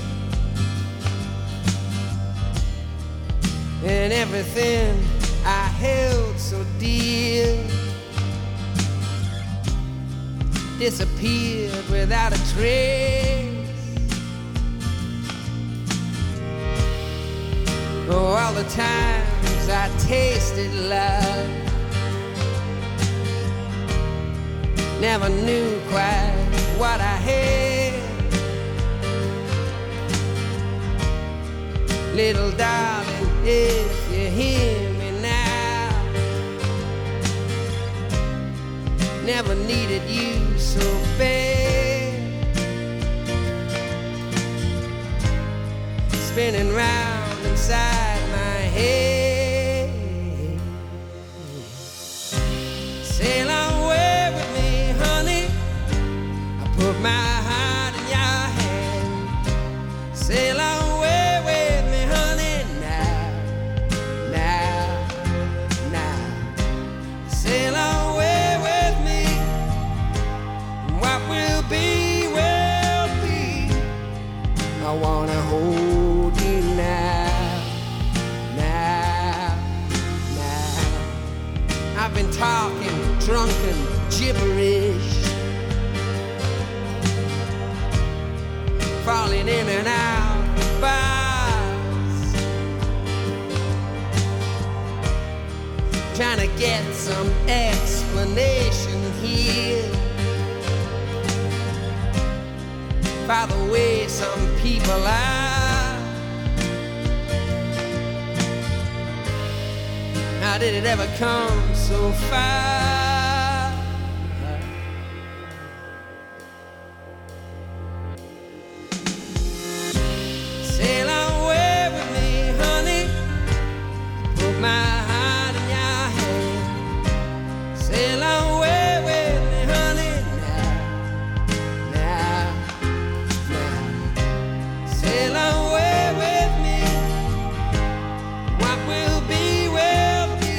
and everything I held so dear disappeared without a trace. Oh, all the times I tasted love, never knew quite what I had. Little darling, if you hear me now, never needed you so bad. Spinning round inside my head. Sail away with me, honey. I put my heart in your hand. Sail away with me, honey, now, now, now. Sail away with me. What will be, will be. I wanna hold you now, now, now. I've been talking drunken gibberish, falling in and out of bars, trying to get some explanation here by the way some people are. How did it ever come so far? Sail away with me, honey. Put my heart in your hand. Sail away with me, honey, now, now, now. Sail away with me. What will be, will be.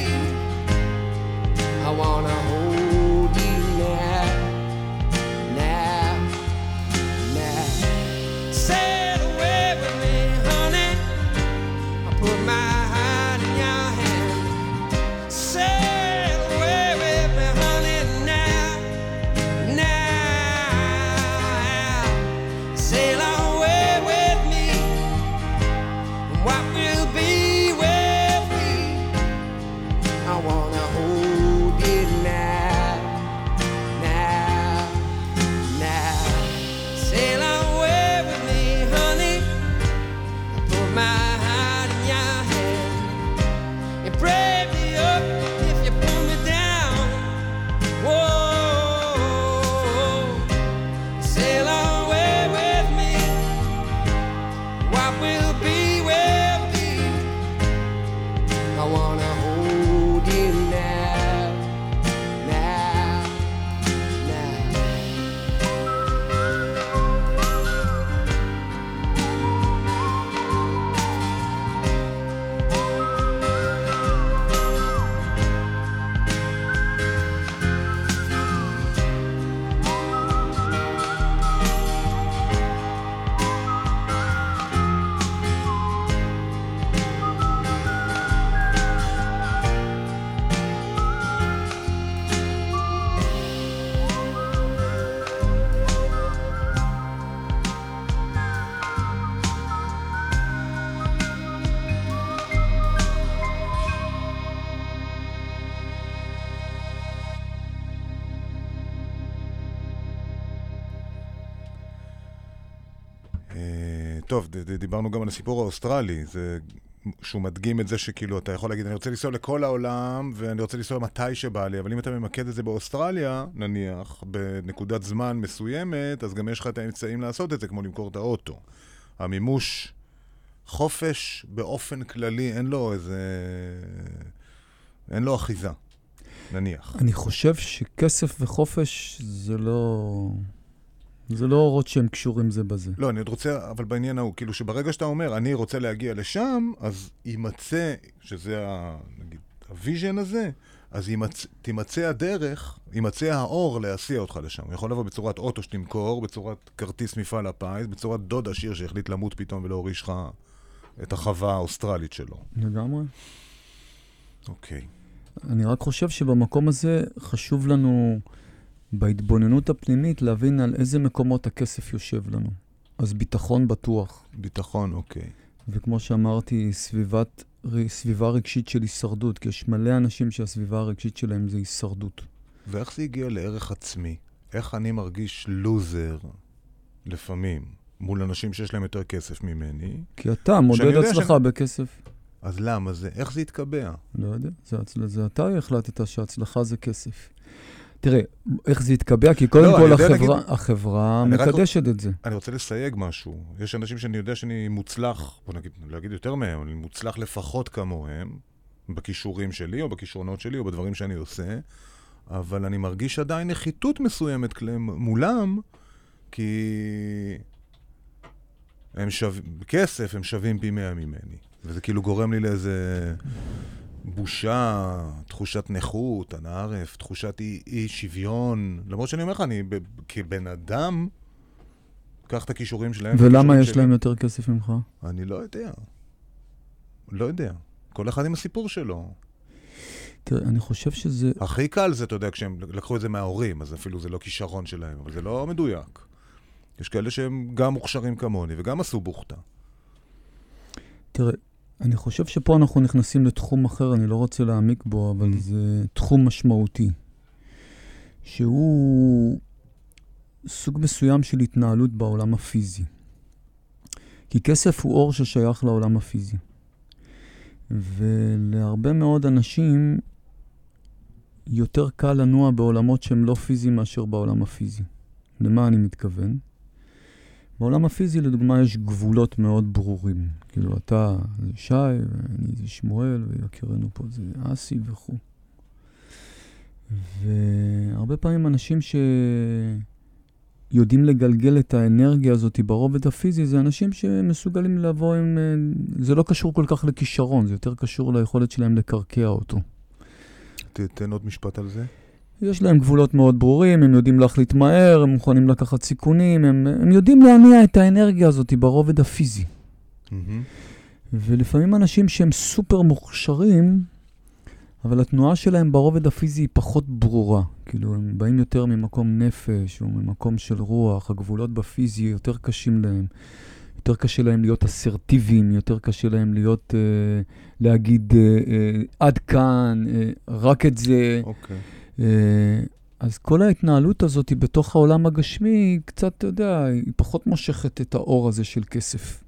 I wanna hold you now, now, now. Sail away with me, honey. I put my heart in your hand. Sail away with me, honey, now, now. Sail away with me. What will be, will be. I wanna hold you now, now, now. Sail away with me, honey. I put my heart in your hand. You break me up if you pull me down. Whoa, sail away with me. What will be, will be. I wanna hold you now, now, now. אה, טוב, ד- ד- דיברנו גם על הסיפור האוסטרלי, זה שהוא מדגים את זה שכאילו אתה יכול להגיד, אני רוצה לנסוע לכל העולם ואני רוצה לנסוע מתי שבא לי, אבל אם אתה ממקד את זה באוסטרליה, נניח, בנקודת זמן מסוימת, אז גם יש לך את האמצעים לעשות את זה, כמו למכור את האוטו. המימוש חופש באופן כללי, אין לו איזה... אין לו אחיזה, נניח. אני חושב שכסף וחופש זה לא... זה לא אורות שהם קשורים זה בזה. לא, אני עוד רוצה, אבל בעניין ההוא, כאילו שברגע שאתה אומר, אני רוצה להגיע לשם, אז יימצא, שזה, ה, נגיד, הוויז'ן הזה, אז יימצא, תימצא הדרך, יימצא האור להסיע אותך לשם. הוא יכול לבוא בצורת אוטו שתמכור, בצורת כרטיס מפעל הפיס, בצורת דוד עשיר שהחליט למות פתאום ולהוריש לך את החווה האוסטרלית שלו. לגמרי. אוקיי. אני רק חושב שבמקום הזה חשוב לנו, בהתבוננות הפנימית, להבין על איזה מקומות הכסף יושב לנו. אז ביטחון בטוח. ביטחון, אוקיי. וכמו שאמרתי, סביבת, סביבה רגשית של הישרדות, כי יש מלא אנשים שהסביבה הרגשית שלהם זה הישרדות. ואיך זה הגיע לערך עצמי? איך אני מרגיש לוזר לפעמים מול אנשים שיש להם יותר כסף ממני? כי אתה מודד הצלחה שאני... בכסף. אז למה זה? איך זה יתקבע? לא יודע, זה, זה, זה אתה החלטת שההצלחה זה כסף. תראה, איך זה יתקבע? כי קודם לא, כל החברה, להגיד... החברה מקדשת רק... את זה. אני רוצה לסייג משהו. יש אנשים שאני יודע שאני מוצלח, בוא נגיד, להגיד יותר מהם, אני מוצלח לפחות כמוהם, בכישורים שלי או בכישרונות שלי או בדברים שאני עושה, אבל אני מרגיש עדיין נחיתות מסוימת מולם, כי הם שווים, בכסף הם שווים פי מאה ממני. וזה כאילו גורם לי לאיזה בושה, תחושת נכות, הנערף, תחושת אי, אי שוויון. למרות שאני אומר לך, אני ב, כבן אדם, קח את הכישורים שלהם. ולמה יש שלי. להם יותר כסף ממך? אני לא יודע. לא יודע. כל אחד עם הסיפור שלו. תראה, אני חושב שזה... הכי קל זה, אתה יודע, כשהם לקחו את זה מההורים, אז אפילו זה לא כישרון שלהם, אבל זה לא מדויק. יש כאלה שהם גם מוכשרים כמוני וגם עשו בוכתה. תראה, אני חושב שפה אנחנו נכנסים לתחום אחר, אני לא רוצה להעמיק בו, אבל זה תחום משמעותי, שהוא סוג מסוים של התנהלות בעולם הפיזי. כי כסף הוא אור ששייך לעולם הפיזי. ולהרבה מאוד אנשים יותר קל לנוע בעולמות שהם לא פיזיים מאשר בעולם הפיזי. למה אני מתכוון? בעולם הפיזי, לדוגמה, יש גבולות מאוד ברורים. כאילו, אתה זה שי, ואני זה שמואל, ויקירנו פה זה אסי וכו'. והרבה פעמים אנשים שיודעים לגלגל את האנרגיה הזאת ברובד הפיזי, זה אנשים שמסוגלים לבוא עם... זה לא קשור כל כך לכישרון, זה יותר קשור ליכולת שלהם לקרקע אותו. תתן עוד משפט על זה. יש להם גבולות מאוד ברורים, הם יודעים להחליט מהר, הם מוכנים לקחת סיכונים, הם, הם יודעים להניע את האנרגיה הזאת ברובד הפיזי. Mm-hmm. ולפעמים אנשים שהם סופר מוכשרים, אבל התנועה שלהם ברובד הפיזי היא פחות ברורה. כאילו, הם באים יותר ממקום נפש או ממקום של רוח, הגבולות בפיזי יותר קשים להם. יותר קשה להם להיות אסרטיביים, יותר קשה להם להיות, אה, להגיד, אה, אה, עד כאן, אה, רק את זה. אוקיי. Uh, אז כל ההתנהלות הזאת היא בתוך העולם הגשמי, היא קצת, אתה יודע, היא פחות מושכת את האור הזה של כסף.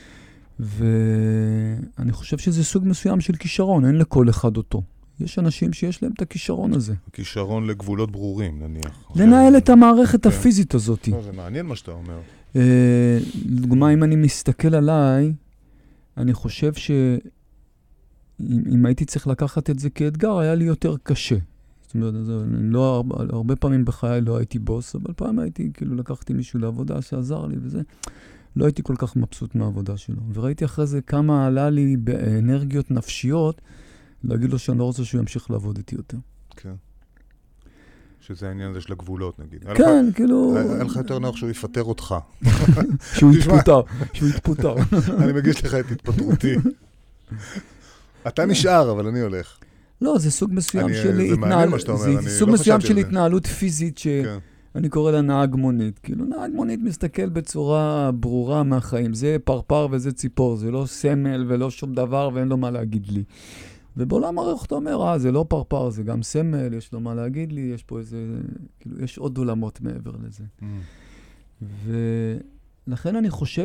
ואני חושב שזה סוג מסוים של כישרון, אין לכל אחד אותו. יש אנשים שיש להם את הכישרון הזה. כישרון לגבולות ברורים, נניח. לנהל את המערכת כן. הפיזית הזאת. לא, זה מעניין מה שאתה אומר. Uh, לדוגמה, אם אני מסתכל עליי, אני חושב שאם אם הייתי צריך לקחת את זה כאתגר, היה לי יותר קשה. זאת אומרת, לא, הרבה, הרבה פעמים בחיי לא הייתי בוס, אבל פעם הייתי, כאילו, לקחתי מישהו לעבודה שעזר לי וזה. לא הייתי כל כך מבסוט מהעבודה שלו. וראיתי אחרי זה כמה עלה לי באנרגיות נפשיות, להגיד לו שאני לא רוצה שהוא ימשיך לעבוד איתי יותר. כן. שזה העניין הזה של הגבולות, נגיד. כן, כאילו... היה לך יותר נוח שהוא יפטר אותך. שהוא יתפוטר, שהוא יתפוטר. אני מגיש לך את התפטרותי. אתה נשאר, אבל אני הולך. לא, זה סוג מסוים אני, של זה מעניין מה שאתה אומר, אני זה סוג לא מסוים חשבתי של על זה. התנהלות פיזית שאני קורא לה נהג מונית. כאילו, נהג מונית מסתכל בצורה ברורה מהחיים. זה פרפר וזה ציפור, זה לא סמל ולא שום דבר ואין לו מה להגיד לי. ובעולם הרוח אתה אומר, אה, זה לא פרפר, זה גם סמל, יש לו מה להגיד לי, יש פה איזה, כאילו, יש עוד עולמות מעבר לזה. Mm. ולכן אני חושב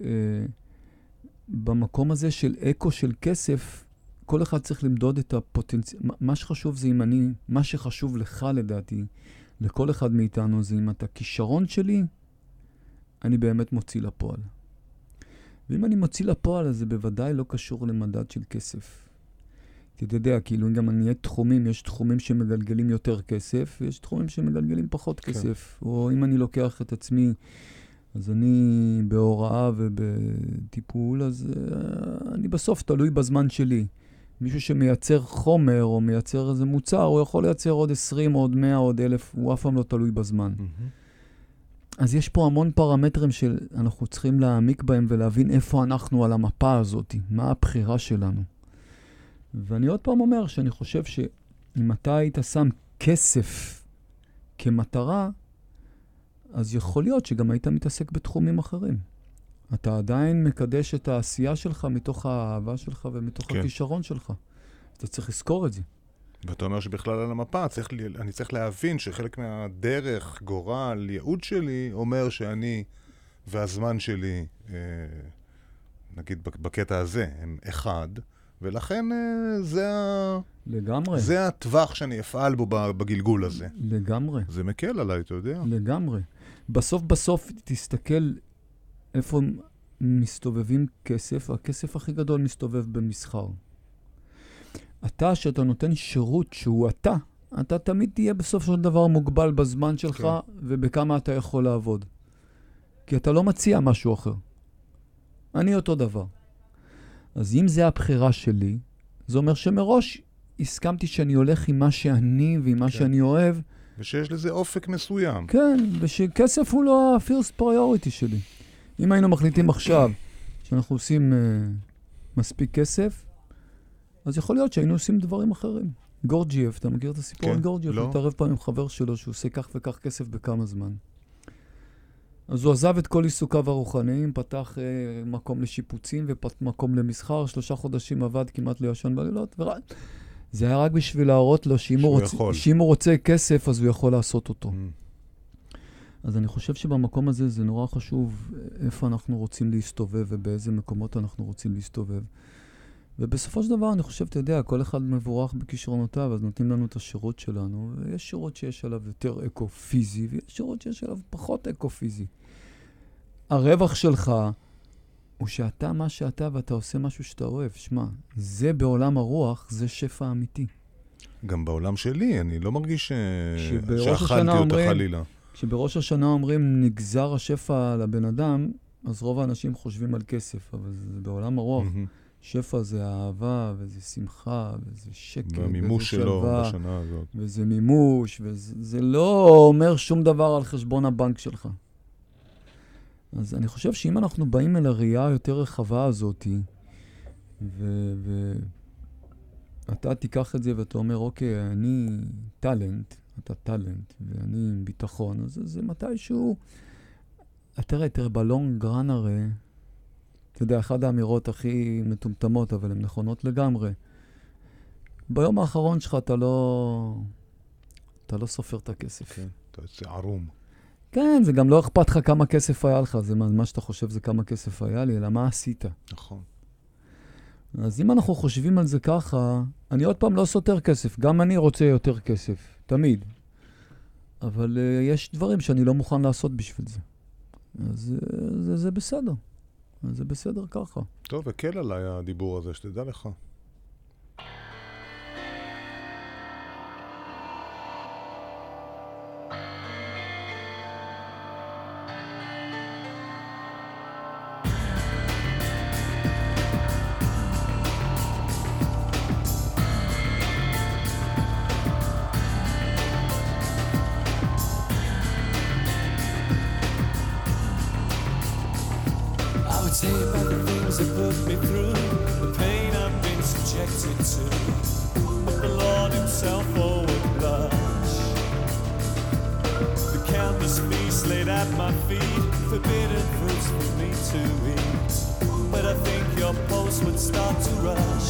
שבמקום הזה של אקו של כסף, כל אחד צריך למדוד את הפוטנציאל. מה שחשוב זה אם אני, מה שחשוב לך לדעתי, לכל אחד מאיתנו, זה אם אתה כישרון שלי, אני באמת מוציא לפועל. ואם אני מוציא לפועל, אז זה בוודאי לא קשור למדד של כסף. כי אתה יודע, כאילו גם אני אהיה תחומים, יש תחומים שמגלגלים יותר כסף, ויש תחומים שמגלגלים פחות כן. כסף. או אם אני לוקח את עצמי, אז אני בהוראה ובטיפול, אז uh, אני בסוף תלוי בזמן שלי. מישהו שמייצר חומר או מייצר איזה מוצר, הוא יכול לייצר עוד עשרים, עוד מאה, עוד אלף, הוא אף פעם לא תלוי בזמן. Mm-hmm. אז יש פה המון פרמטרים שאנחנו צריכים להעמיק בהם ולהבין איפה אנחנו על המפה הזאת, מה הבחירה שלנו. ואני עוד פעם אומר שאני חושב שאם אתה היית שם כסף כמטרה, אז יכול להיות שגם היית מתעסק בתחומים אחרים. אתה עדיין מקדש את העשייה שלך מתוך האהבה שלך ומתוך כן. הכישרון שלך. אתה צריך לזכור את זה. ואתה אומר שבכלל על המפה, צריך, אני צריך להבין שחלק מהדרך, גורל, ייעוד שלי, אומר שאני והזמן שלי, אה, נגיד בקטע הזה, הם אחד, ולכן אה, זה, ה... לגמרי. זה הטווח שאני אפעל בו בגלגול הזה. לגמרי. זה מקל עליי, אתה יודע. לגמרי. בסוף בסוף תסתכל איפה מסתובבים כסף, הכסף הכי גדול מסתובב במסחר. אתה, שאתה נותן שירות שהוא אתה, אתה תמיד תהיה בסוף של דבר מוגבל בזמן שלך, כן. ובכמה אתה יכול לעבוד. כי אתה לא מציע משהו אחר. אני אותו דבר. אז אם זה הבחירה שלי, זה אומר שמראש הסכמתי שאני הולך עם מה שאני ועם מה כן. שאני אוהב. ושיש לזה אופק מסוים. כן, ושכסף הוא לא ה-first priority שלי. אם היינו מחליטים עכשיו שאנחנו עושים uh, מספיק כסף, אז יכול להיות שהיינו עושים דברים אחרים. גורג'ייב, אתה מכיר את הסיפור כן, על גורג'ייב? לא. הוא התערב פעם עם חבר שלו שהוא עושה כך וכך כסף בכמה זמן. אז הוא עזב את כל עיסוקיו הרוחניים, פתח uh, מקום לשיפוצים ומקום למסחר, שלושה חודשים עבד כמעט לא ישן בלילות, ורק... זה היה רק בשביל להראות לו שאם הוא, רוצ... שאם הוא רוצה כסף, אז הוא יכול לעשות אותו. Mm. אז אני חושב שבמקום הזה זה נורא חשוב איפה אנחנו רוצים להסתובב ובאיזה מקומות אנחנו רוצים להסתובב. ובסופו של דבר אני חושב, אתה יודע, כל אחד מבורך בכישרונותיו, אז נותנים לנו את השירות שלנו, ויש שירות שיש עליו יותר אקו-פיזי, ויש שירות שיש עליו פחות אקו-פיזי. הרווח שלך הוא שאתה מה שאתה ואתה עושה משהו שאתה אוהב. שמע, זה בעולם הרוח, זה שפע אמיתי. גם בעולם שלי, אני לא מרגיש ש... שבראש שאכלתי השנה אותה אומרים- חלילה. כשבראש השנה אומרים נגזר השפע לבן אדם, אז רוב האנשים חושבים על כסף, אבל זה בעולם הרוח. מהמם. שפע זה אהבה, וזה שמחה, וזה שקט, וזה והמימוש שלו שלווה, בשנה הזאת. וזה מימוש, וזה זה לא אומר שום דבר על חשבון הבנק שלך. אז אני חושב שאם אנחנו באים אל הראייה היותר רחבה הזאת, ואתה תיקח את זה ואתה אומר, אוקיי, אני טלנט, אתה טלנט, ואני עם ביטחון, אז זה, זה מתישהו... תראה, תראה, בלונג רן הרי, אתה יודע, אחת האמירות הכי מטומטמות, אבל הן נכונות לגמרי. ביום האחרון שלך אתה לא... אתה לא סופר את הכסף. כן, אתה יוצא ערום. כן, זה גם לא אכפת לך כמה כסף היה לך, זה מה, מה שאתה חושב זה כמה כסף היה לי, אלא מה עשית. נכון. אז אם אנחנו חושבים על זה ככה, אני עוד פעם לא סותר כסף, גם אני רוצה יותר כסף, תמיד. אבל uh, יש דברים שאני לא מוכן לעשות בשביל זה. אז uh, זה, זה בסדר. אז זה בסדר ככה. טוב, הקל עליי הדיבור הזה, שתדע לך. I would say about the things that put me through, the pain I've been subjected to. But the Lord himself oh, would blush. The countless feasts laid at my feet, forbidden fruits for me to eat. But I think your pulse would start to rush.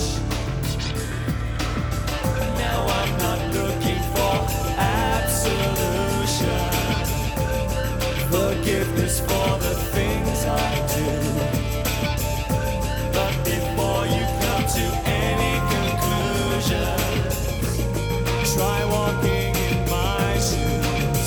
Now I'm not looking for absolution, forgiveness for the things I do. But before you come to any conclusion, try walking in my shoes.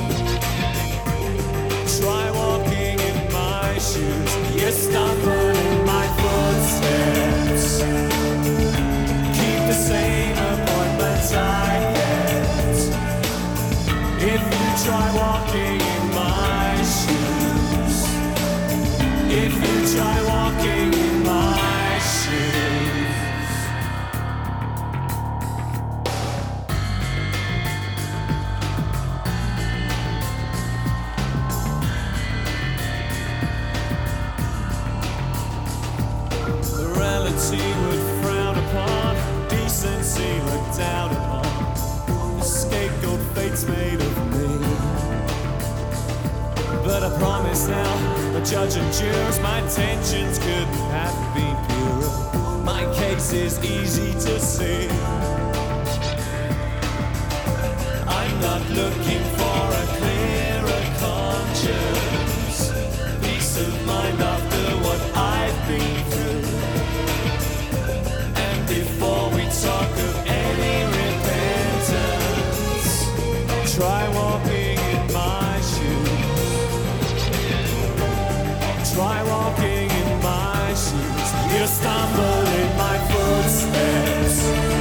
Try walking in my shoes. Yes, stop running my footsteps. Keep the same down upon the scapegoat fate's made of me. But I promise now, the judge and jurors, my intentions couldn't have been purer. My case is easy to see. I'm not looking for a clearer conscience, peace of mind after what I've been through. And before we talk of any repentance, try walking in my shoes. Try walking in my shoes. You stumble in my footsteps.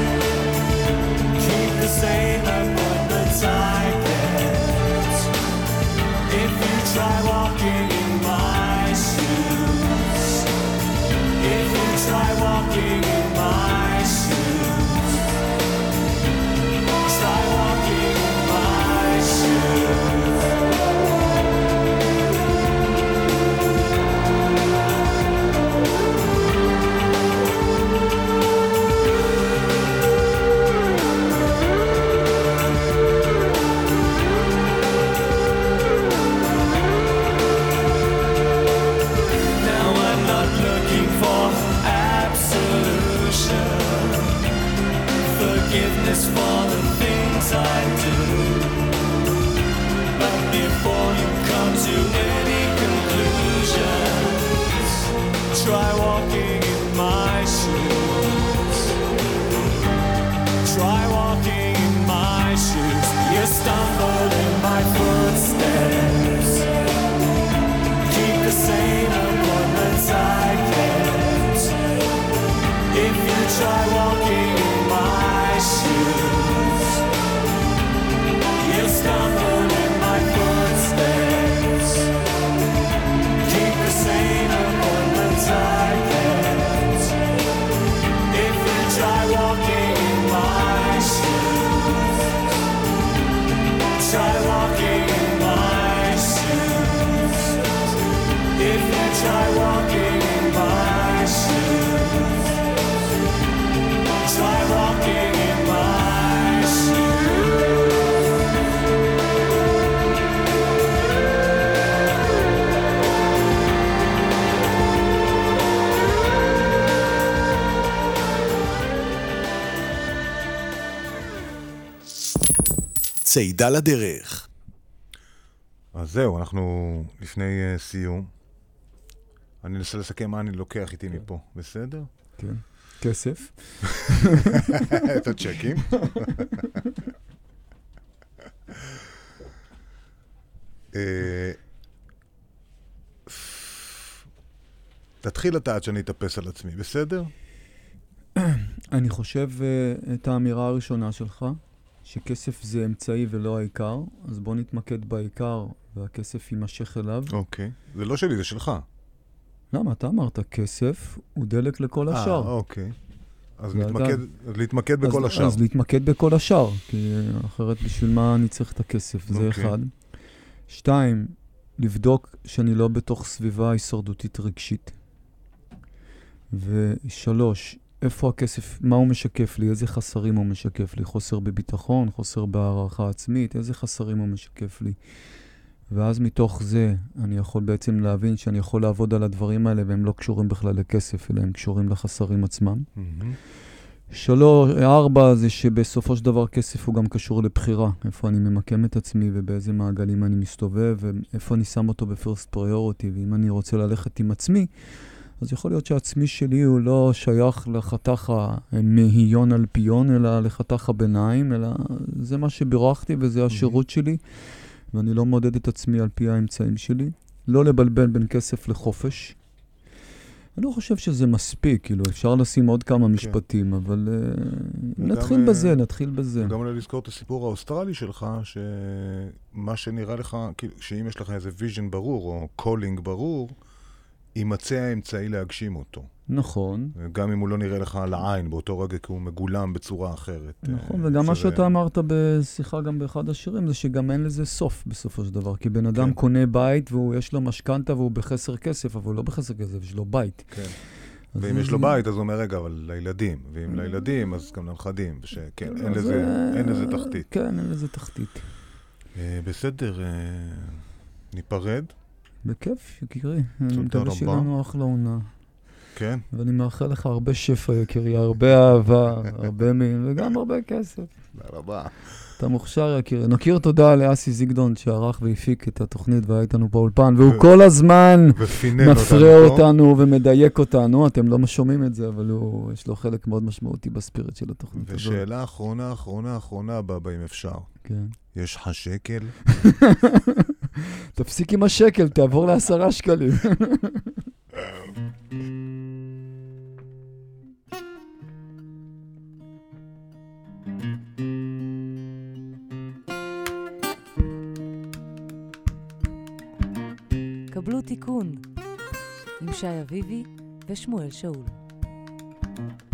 Keep the same abundance I get. If you try walking in my shoes. If you try walking in my shoes. Try walking in my shoes. Forgiveness for the things I do. But before you come to any conclusions, try walking in my shoes. Try walking in my shoes. You stumble in my footsteps. Keep the same appointments I kept. If you try walking in my shoes, you stumble in my footsteps. Keep the same appointments I kept. If you try walking in my shoes, try walking in my shoes. If you try walking in my shoes, try walking in my shoes. צעידה לדרך. אז זהו, אנחנו לפני uh, סיום. אני אנסה לסכם מה אני לוקח איתי מפה, בסדר? כן. כסף. את הצ'קים. תתחיל אתה עד שאני אתאפס על עצמי, בסדר? אני חושב את האמירה הראשונה שלך, שכסף זה אמצעי ולא העיקר, אז בוא נתמקד בעיקר, והכסף יימשך אליו. אוקיי. זה לא שלי, זה שלך. למה? אתה אמרת, כסף הוא דלק לכל השאר. אה, אוקיי. אז נתמקד, אז להתמקד בכל השאר. אז להתמקד בכל השאר, כי אחרת בשביל מה אני צריך את הכסף, זה אחד. שתיים, לבדוק שאני לא בתוך סביבה הישרדותית רגשית. ושלוש, איפה הכסף, מה הוא משקף לי, איזה חסרים הוא משקף לי, חוסר בביטחון, חוסר בהערכה עצמית, איזה חסרים הוא משקף לי. ואז מתוך זה אני יכול בעצם להבין שאני יכול לעבוד על הדברים האלה, והם לא קשורים בכלל לכסף, אלא הם קשורים לחסרים עצמם. Mm-hmm. שלוש, ארבע, זה שבסופו של דבר כסף הוא גם קשור לבחירה, איפה אני ממקם את עצמי ובאיזה מעגלים אני מסתובב, ואיפה אני שם אותו בפרסט פריוריטי, ואם אני רוצה ללכת עם עצמי, אז יכול להיות שהעצמי שלי הוא לא שייך לחתך המהיון על פיון, אלא לחתך הביניים, אלא זה מה שבירכתי וזה השירות mm-hmm. שלי, ואני לא מודד את עצמי על פי האמצעים שלי. לא לבלבל בין כסף לחופש. אני לא חושב שזה מספיק, כאילו, אפשר לשים עוד כמה כן. משפטים, אבל uh, נתחיל בזה, נתחיל בזה. גם אולי לזכור את הסיפור האוסטרלי שלך, שמה שנראה לך, כאילו, שאם יש לך איזה ויז'ן ברור, או קולינג ברור, יימצא האמצעי להגשים אותו. נכון. גם אם הוא לא נראה לך על העין באותו רגע, כי הוא מגולם בצורה אחרת. נכון, וגם מה שאתה אמרת בשיחה גם באחד השירים, זה שגם אין לזה סוף בסופו של דבר. כי בן אדם קונה בית, ויש לו משכנתה, והוא בחסר כסף, אבל הוא לא בחסר כסף, יש לו בית. כן. ואם יש לו בית, אז הוא אומר, רגע, אבל לילדים. ואם לילדים, אז גם לנכדים. ושכן, אין לזה תחתית. כן, אין לזה תחתית. בסדר, ניפרד. בכיף, יקירי. תודה רבה. אני מקווה שיהיה לנו אחלה עונה. כן. ואני מאחל לך הרבה שפע, יקירי, הרבה אהבה, הרבה מין, וגם הרבה כסף. תודה רבה. אתה מוכשר, יקירי. נכיר תודה לאסי זיגדון שערך והפיק את התוכנית והיה איתנו באולפן, והוא כל הזמן מפריע אותנו ומדייק אותנו. אתם לא שומעים את זה, אבל יש לו חלק מאוד משמעותי בספירט של התוכנית הזאת. ושאלה אחרונה, אחרונה, אחרונה, הבא, אם אפשר. כן. יש לך שקל? תפסיק עם השקל, תעבור לעשרה שקלים. קבלו תיקון עם שי אביבי ושמואל שאול.